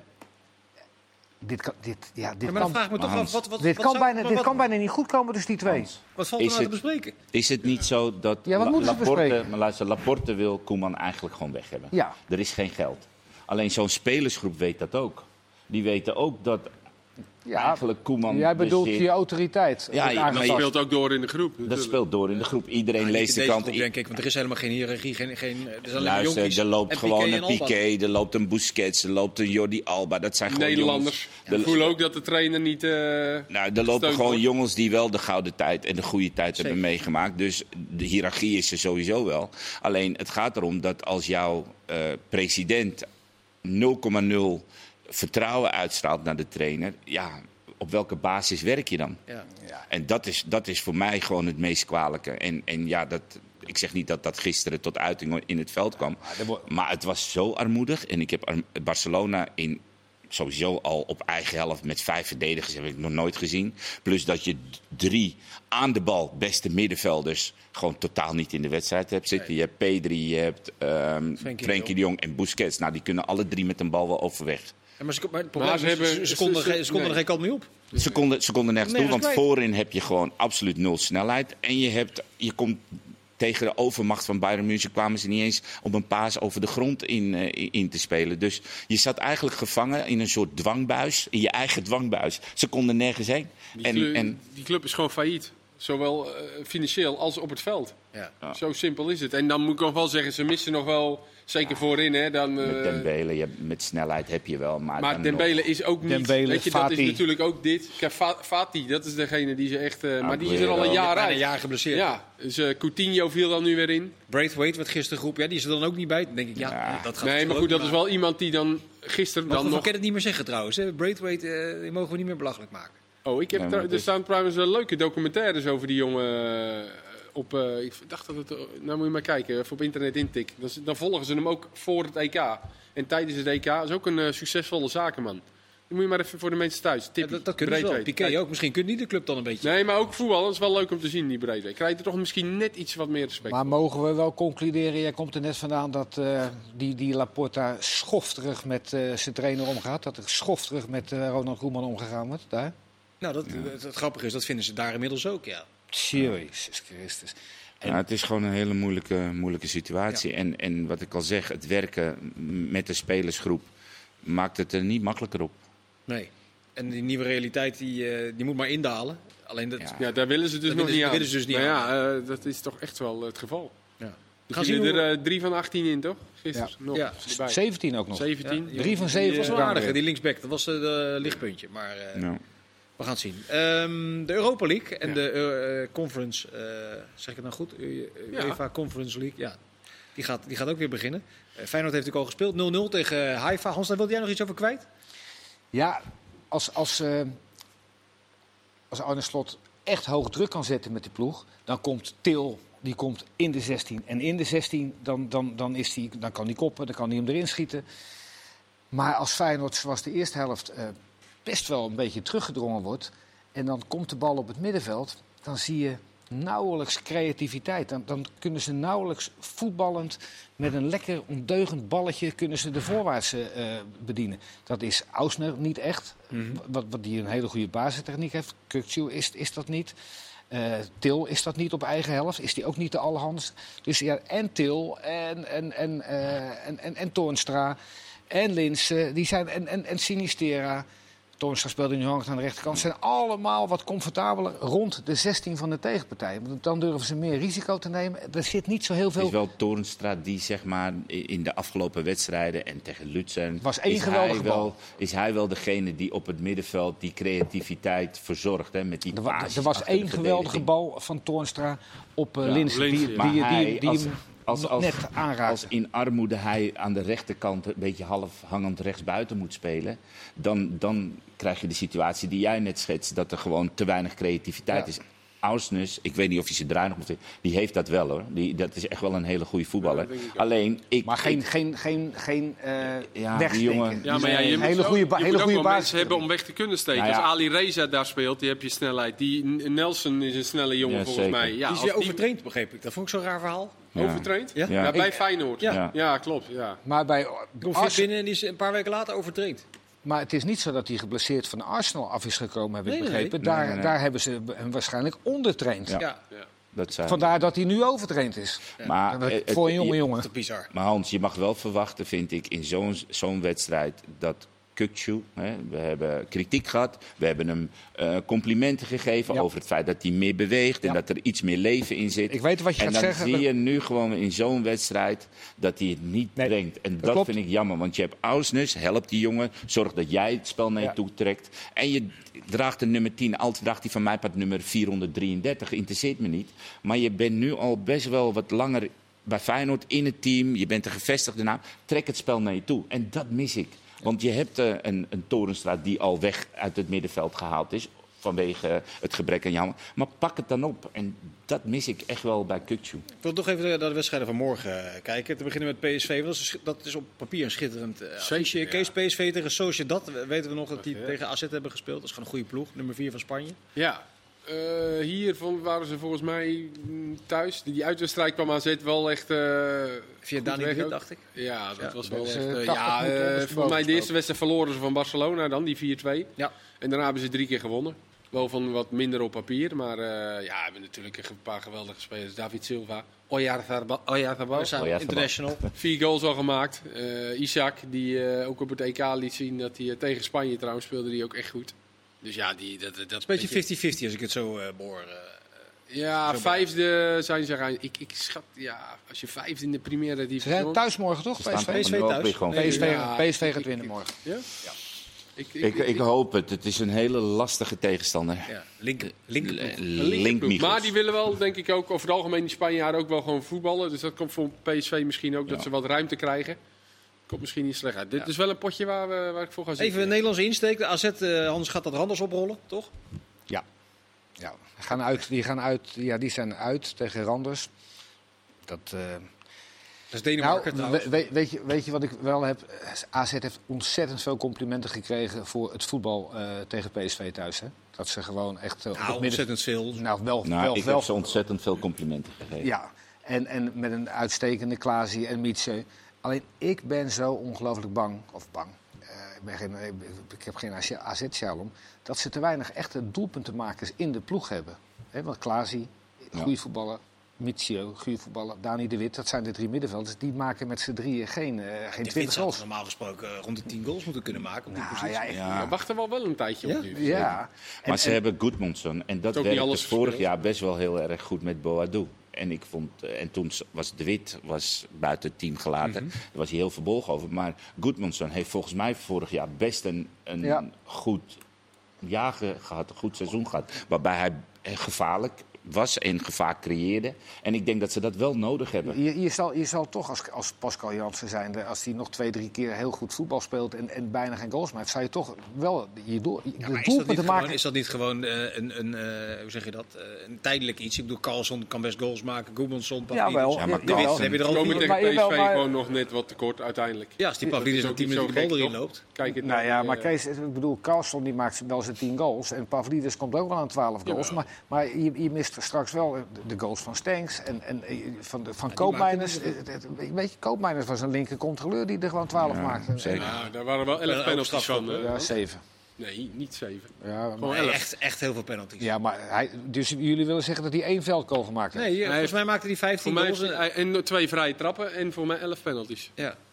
dit kan, dit, ja, dit Ja, maar dan kan, vraag ik me toch Hans, af, wat, wat, dit wat kan, zou- bijna, maar dit wat, kan bijna niet goed komen tussen die twee. Hans, wat valt er Is nou te het- bespreken? Is het niet zo dat Ja, wat La- moeten ze Laporte, bespreken? maar luister, Laporte wil Koeman eigenlijk gewoon weg hebben? Ja. Er is geen geld. Alleen zo'n spelersgroep weet dat ook. Die weten ook dat Ja, eigenlijk Koeman jij bedoelt bezit- je autoriteit. Ja, wordt ja, maar aangepast. Dat speelt ook door in de groep. Dat natuurlijk. speelt door in de groep. Iedereen leest de Deze krant. groep, denk ik, want er is helemaal geen hiërarchie. Geen, geen, er zijn alleen Luister, jonkies er loopt en gewoon Piqué een en Alba. Piqué, er loopt een Busquets, er loopt een Jordi Alba. Dat zijn gewoon Nederlanders. jongens. Ik voel ook dat de trainer niet... eh, Nou, er lopen gesteund gewoon wordt. jongens die wel de gouden tijd en de goede tijd Zeker. hebben meegemaakt. Dus de hiërarchie is er sowieso wel. Alleen het gaat erom dat als jouw eh, president nul komma nul vertrouwen uitstraalt naar de trainer, ja, op welke basis werk je dan? Ja. En dat is, dat is voor mij gewoon het meest kwalijke. En, en ja, dat, ik zeg niet dat dat gisteren tot uiting in het veld kwam. er wordt- Maar het was zo armoedig. En ik heb Ar- Barcelona in, sowieso al op eigen helft met vijf verdedigers heb ik nog nooit gezien. Plus dat je d- drie aan de bal beste middenvelders gewoon totaal niet in de wedstrijd hebt zitten. Je hebt Pedri, je hebt ehm Frenkie Frenkie de de Jong en Busquets. Nou, die kunnen alle drie met een bal wel overweg. Ja, maar, ze, maar het probleem Maar ze is, ze, hebben- ze konden, ze- ze- geen- ze konden er nee. geen kant mee op. Ze konden, ze konden nergens doen, Nergens want kwijt. voorin heb je gewoon absoluut nul snelheid. En je, hebt, je komt tegen de overmacht van Bayern München kwamen ze niet eens op een paas over de grond in, eh, in te spelen. Dus je zat eigenlijk gevangen in een soort dwangbuis, in je eigen dwangbuis. Ze konden nergens heen. Die, En, club, en die club is gewoon failliet. Zowel eh, financieel als op het veld. Ja. Ja. Zo simpel is het. En dan moet ik nog wel zeggen, ze missen nog wel, zeker voorin. Hè, dan, eh, met Dembele, je, met snelheid heb je wel. Maar, maar dan Dembele nog- is ook niet... Dembele, weet je, dat is Fati. natuurlijk ook dit. Kijk, Fa- Fati, dat is degene die ze echt... eh, maar die is er al een Aguero. jaar Bijna uit. een jaar geblesseerd. Ja, dus eh, Coutinho viel dan nu weer in. Braithwaite werd gisteren geroepen. Ja, die is er dan ook niet bij. Dan denk ik, ja, Ja. dat gaat Nee, het maar ook goed, dat niet is wel iemand die dan gisteren Maar dan we nog... kunnen het niet meer zeggen trouwens. Hè. Braithwaite, eh, die mogen we niet meer belachelijk maken. Oh, ik heb Nee, tra- maar het er is- staan trouwens wel leuke documentaires over die jongen eh, op... eh, ik dacht dat het... eh, nou moet je maar kijken, even op internet intikken. Dan, dan volgen ze hem ook voor het E K. En tijdens het E K is ook een eh, succesvolle zakenman. Dan moet je maar even voor de mensen thuis. Ja, Tippie, dat, dat kunnen ze wel. Braithwaite. Piqué ook. Misschien kunt die de club dan een beetje. Nee, maar ook voetbal. Dat is wel leuk om te zien, die Braithwaite. Krijg je toch misschien net iets wat meer respect. Maar mogen we wel concluderen, jij komt er net vandaan, dat uh, die, die Laporta schofterig met uh, zijn trainer omgaat? Dat er schofterig met uh, Ronald Koeman omgegaan wordt daar? Nou, dat, het, het grappige is, dat vinden ze daar inmiddels ook, ja. Jezus Christus. En- Ja, het is gewoon een hele moeilijke, moeilijke situatie. Ja. En, en wat ik al zeg, het werken met de spelersgroep maakt het er niet makkelijker op. Nee. En die nieuwe realiteit, die, uh, die moet maar indalen. Alleen dat... Ja. Ja, daar willen ze dus Dat nog willen ze- niet aan. willen ze dus niet maar aan. ja, uh, dat is toch echt wel het geval. Ja. Er We gaan vielen zien hoe- er uh, drie van achttien in, toch? Gisteren Ja. nog. Ja. erbij. zeventien ook nog. zeventien. Ja, Drie van die, zeven Die was wel kwamen aardig, erin. die linksback. Dat was het uh, lichtpuntje. Maar uh, Nou, we gaan het zien. Um, de Europa League en Ja. de uh, Conference, uh, zeg ik het nou goed? U- Ja. UEFA Conference League, ja. Die gaat, die gaat ook weer beginnen. Uh, Feyenoord heeft natuurlijk al gespeeld. nul nul tegen Haifa. Hans, daar wilde jij nog iets over kwijt? Ja, als, als, uh, als Arne Slot echt hoog druk kan zetten met die ploeg, dan komt Til, die komt in de zestien. En in de zestien, dan, dan, dan, is die, dan kan hij koppen, dan kan hij hem erin schieten. Maar als Feyenoord, zoals de eerste helft, uh, best wel een beetje teruggedrongen wordt, en dan komt de bal op het middenveld, dan zie je nauwelijks creativiteit. Dan, dan kunnen ze nauwelijks voetballend met een lekker ondeugend balletje kunnen ze de voorwaartse uh, bedienen. Dat is Ausner niet echt, mm-hmm. wat, wat die een hele goede basistechniek heeft. Kukçu is, is dat niet. Uh, Til is dat niet op eigen helft, is die ook niet de allerhandigste. Dus ja, en Til en, en, en, uh, en, en, en Toornstra en Linssen, die zijn, en, en, en Sinistera. Toornstra speelde nu hangt aan de rechterkant. Zijn allemaal wat comfortabeler rond de zestien van de tegenpartij. Dan durven ze meer risico te nemen. Er zit niet zo heel veel... Het is wel Toornstra die zeg maar in de afgelopen wedstrijden en tegen Lutsen... was één is geweldige hij wel, bal. Is hij wel degene die op het middenveld die creativiteit verzorgt. Hè, met die er, wa- paasjes er was achter één de geweldige verdediging. bal van Toornstra op uh, Ja, Linssen. Linssen, Die, ja. die, Maar die, hij, die, die als, hem- als, nog als, net aanraakte. als in armoede hij aan de rechterkant een beetje half hangend rechtsbuiten moet spelen, dan, dan krijg je de situatie die jij net schetst, dat er gewoon te weinig creativiteit Ja. is. Ausnes, ik weet niet of je ze draai nog moet vinden, die heeft dat wel hoor. Die, dat is echt wel een hele goede voetballer. Ja, dat denk ik ook. Alleen, ik... Maar geen, ik- geen, geen, geen uh, Ja, wegdenken. die jongen- Ja, maar ja, Nee, je een moet, hele ook, goede, ba- je hele moet ook goede wel basis mensen hebben om weg te kunnen steken. Nou ja. Als Ali Reza daar speelt, die heb je snelheid. Die N- Nelson is een snelle jongen Ja, volgens zeker. mij. Ja, die is als weer die overtraind, begreep ik. Dat vond ik zo'n raar verhaal. Ja. overtraind? Ja? Ja. bij Ik- Feyenoord. Ja. Ja. klopt. Ja. Maar, bij, Komt fit Ars- binnen en die is een paar weken later overtraind. maar het is niet zo dat hij geblesseerd van Arsenal af is gekomen, heb ik Nee, nee, begrepen. nee. Daar, Nee, nee, nee. daar hebben ze hem waarschijnlijk ondertraind. Ja. Ja, Ja. dat zijn, Vandaar dat hij nu overtraind is. maar, Dat- eh, het- voor een jonge je- jongen. dat is bizar. Maar Hans, je mag wel verwachten, vind ik, in zo'n zo'n wedstrijd dat Kukçu, hè, we hebben kritiek gehad, we hebben hem eh, complimenten gegeven Ja. over het feit dat hij meer beweegt en Ja. dat er iets meer leven in zit. Ik weet wat je en gaat dan zeggen. zie je nu gewoon in zo'n wedstrijd dat hij het niet Nee, brengt. En dat dat, klopt. vind ik jammer, want je hebt Ausnes, help die jongen, zorg dat jij het spel naar je Ja. toe trekt. En je draagt de nummer tien, altijd draagt hij van mij part nummer vierhonderddrieëndertig, interesseert me niet. Maar je bent nu al best wel wat langer bij Feyenoord in het team, je bent een gevestigde naam, trek het spel naar je toe. En dat mis ik. Want je hebt uh, een, een Toornstra die al weg uit het middenveld gehaald is. Vanwege uh, het gebrek aan jammer. Maar pak het dan op. En dat mis ik echt wel bij Kukçu. Ik wil toch even naar de wedstrijden van morgen uh, kijken. Te beginnen met P S V. Dat is, dat is op papier een schitterend uh, affiche. ja. Kees, P S V tegen Sociedad. Weten we nog dat die tegen A Z hebben gespeeld. Dat is gewoon een goede ploeg. Nummer vier van Spanje. Ja. Uh, hier van, waren ze volgens mij mm, thuis. Die, die uitwedstrijd kwam A Z wel echt. Uh, Via goed Dani weg de Wit, ook. dacht ik. Ja, dat Ja, was dat wel is, echt. uh, Uh, tachtig ja, minuten uh, ondersteboven volgens mij de gespeeld. eerste wedstrijd verloren ze van Barcelona dan, die vier twee. Ja. En daarna hebben ze drie keer gewonnen. Wel van wat minder op papier. Maar uh, ja, we hebben natuurlijk een paar geweldige spelers. David Silva, Oyarzabal. We zijn Oh ja, international. Vier goals al gemaakt. Uh, Isaac, die uh, ook op het E K liet zien dat hij uh, tegen Spanje trouwens speelde, die ook echt goed. Dus ja, die, dat, dat, Het is een beetje vijftig vijftig als ik het zo uh, behoor. Uh, Ja, Zo vijfde zijn ze gaan. Ik, ik schat, ja, als je vijfde in de Primera Ze Division. zijn thuis morgen toch? Ze staan P S V? van P S V nu ook thuis. weer gewoon Nee, P S V, Ja, P S V ik- gaat ik- winnen ik- morgen. Ja? Ik, ik, Ik, ik hoop het. Het is een hele lastige tegenstander. ja, link, link, Link Linkerploeg. Michels. Maar die willen wel, denk ik ook, over het algemeen die Spanjaarden ook wel gewoon voetballen. Dus dat komt voor P S V misschien ook, dat Ja. ze wat ruimte krijgen. Komt misschien niet slecht uit. Dit Ja. is wel een potje waar, we, waar ik voor ga zitten. Even een Nederlandse insteek. De A Z, uh, Hans gaat dat Randers oprollen, toch? Ja. Ja. Die gaan uit, die, gaan uit, ja, die zijn uit tegen Randers. Dat, uh... Dat is Denemarken nou, trouwens. we, we, weet, je, weet je wat ik wel heb? A Z heeft ontzettend veel complimenten gekregen voor het voetbal uh, tegen P S V thuis. Hè? Dat ze gewoon echt uh, op Nou, het midden... ontzettend veel. Nou, wel, Nou, wel, ik wel heb ze ontzettend veel complimenten gegeven. Ja, en, en met een uitstekende Klaasie en Mietje. Alleen ik ben zo ongelooflijk bang, of bang, uh, ik, ben geen, ik heb geen A Z-sjalom, dat ze te weinig echte doelpuntenmakers in de ploeg hebben. He, want Klaasie, goede Ja. voetballer, Mietje, goede voetballer, Dani de Wit, dat zijn de drie middenvelders. Die maken met z'n drieën geen, uh, geen De twintig Wit zou goals. normaal gesproken uh, rond de tien goals moeten kunnen maken op die Nou, positie. ja, ik- Ja. We wachten wel wel een tijdje Ja? op nu. ja. En- Maar ze en- hebben Goedmundsson. En dat ook niet werkte alles vorig gespeeld. jaar best wel heel erg goed met Boadou. En, ik vond, eh, en toen was De Wit was buiten het team gelaten. Daar was hij heel verbolgen over. Maar Goedmundsson heeft volgens mij vorig jaar best een, een Ja. goed jaar ge- gehad. Een goed seizoen gehad. Waarbij hij eh, gevaarlijk was en gevaar creëerde. En ik denk dat ze dat wel nodig hebben. Je, je, zal, je zal toch als, als Pascal Jansen zijnde, als hij nog twee, drie keer heel goed voetbal speelt en, en bijna geen goals maakt, zou je toch wel je doel, Ja, de maar is, dat doelpunten niet maken. gewoon, is dat niet gewoon uh, een, een, uh, hoe zeg je dat, uh, een tijdelijk iets? Ik bedoel, Carlson kan best goals maken, Goedmundsson, Pavlidis. Jawel, Ja, maar ja, jawel. Carlsen- Heb je er al Komen vier? tegen Maar- P S V jawel, maar- gewoon nog net wat tekort uiteindelijk. Ja, als die Pavlidis Dat een is tien ook minuten niet de zo bal gek, erin toch? loopt. Kijk het Nou naar ja, die, maar eh, Kees, ik bedoel, Carlson die maakt wel zijn tien goals en Pavlidis komt ook wel aan twaalf goals. Jawel. Maar, maar je, je mist straks wel de, de goals van Stenks en, en eh, van, de, van die Koopmeiners. maakt Het- het- Weet je, Koopmeiners was een linker controleur die er gewoon twaalf Ja, maakte. zeker. Nou, daar waren wel Ja, elf ook penalties strafschop, van. hè? eh, Ja, zeven. Nee, niet zeven. Ja, Gewoon maar, Nee, elf. echt, echt heel veel penalties. ja, maar hij, dus jullie willen zeggen dat hij één veldgoal gemaakt heeft? Nee, volgens mij maakte hij Voor vijftien mij goals. heeft en- hij en twee vrije trappen en voor mij elf penalties. Ja.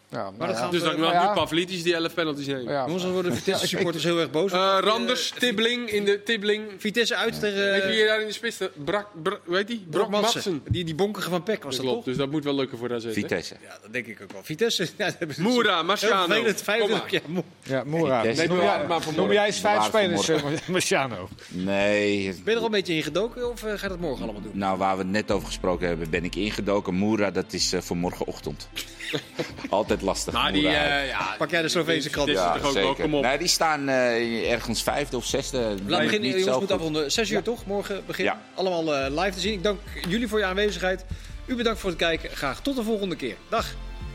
Ja, Maar dat gaan Dus we- dat mag ja. nu Pavlidis die elf penalties nemen. Ja, Jongens, dan worden Vitesse supporters heel erg boos. Eh, Randers, Tibbling in de Tibbling. Vitesse uit tegen Weet je wie uh, je daar in de spits staat? Brak, Brak, hoe heet die? Brok Brok Madsen. Madsen. Die, die bonkige van Peck was Dat dat, klopt, toch? dus dat moet wel lukken voor A Z. hè? Vitesse. Ja, dat denk ik ook wel. Vitesse. Ja, dat hebben ze Moura, heel Marciano. vervelend, vijf Kom maar. ja, Mo- ja, Moera. Nee, Nee, Noem bewaar jij- het maar voor Noem morgen. jij eens vijf Bewaar het voor spelers, eh, Marciano? Nee. Ben je er al een beetje in gedoken of uh, ga je dat morgen allemaal doen? Nou, waar we het net over gesproken hebben, ben ik ingedoken. Moera, dat is uh, voor morgenochtend. Altijd lastig. Maar die, Moera. eh, ja, Pak jij de Sloveense krant? Dit is ja, toch ook wel, zeker. kom op. Nee, die staan uh, ergens vijfde of zesde. Laat Weet beginnen, niet jongens, zo moeten goed. afronden. Zes uur toch? Morgen beginnen. Ja. Allemaal uh, live te zien. Ik dank jullie voor je aanwezigheid. U bedankt voor het kijken. Graag tot de volgende keer. Dag.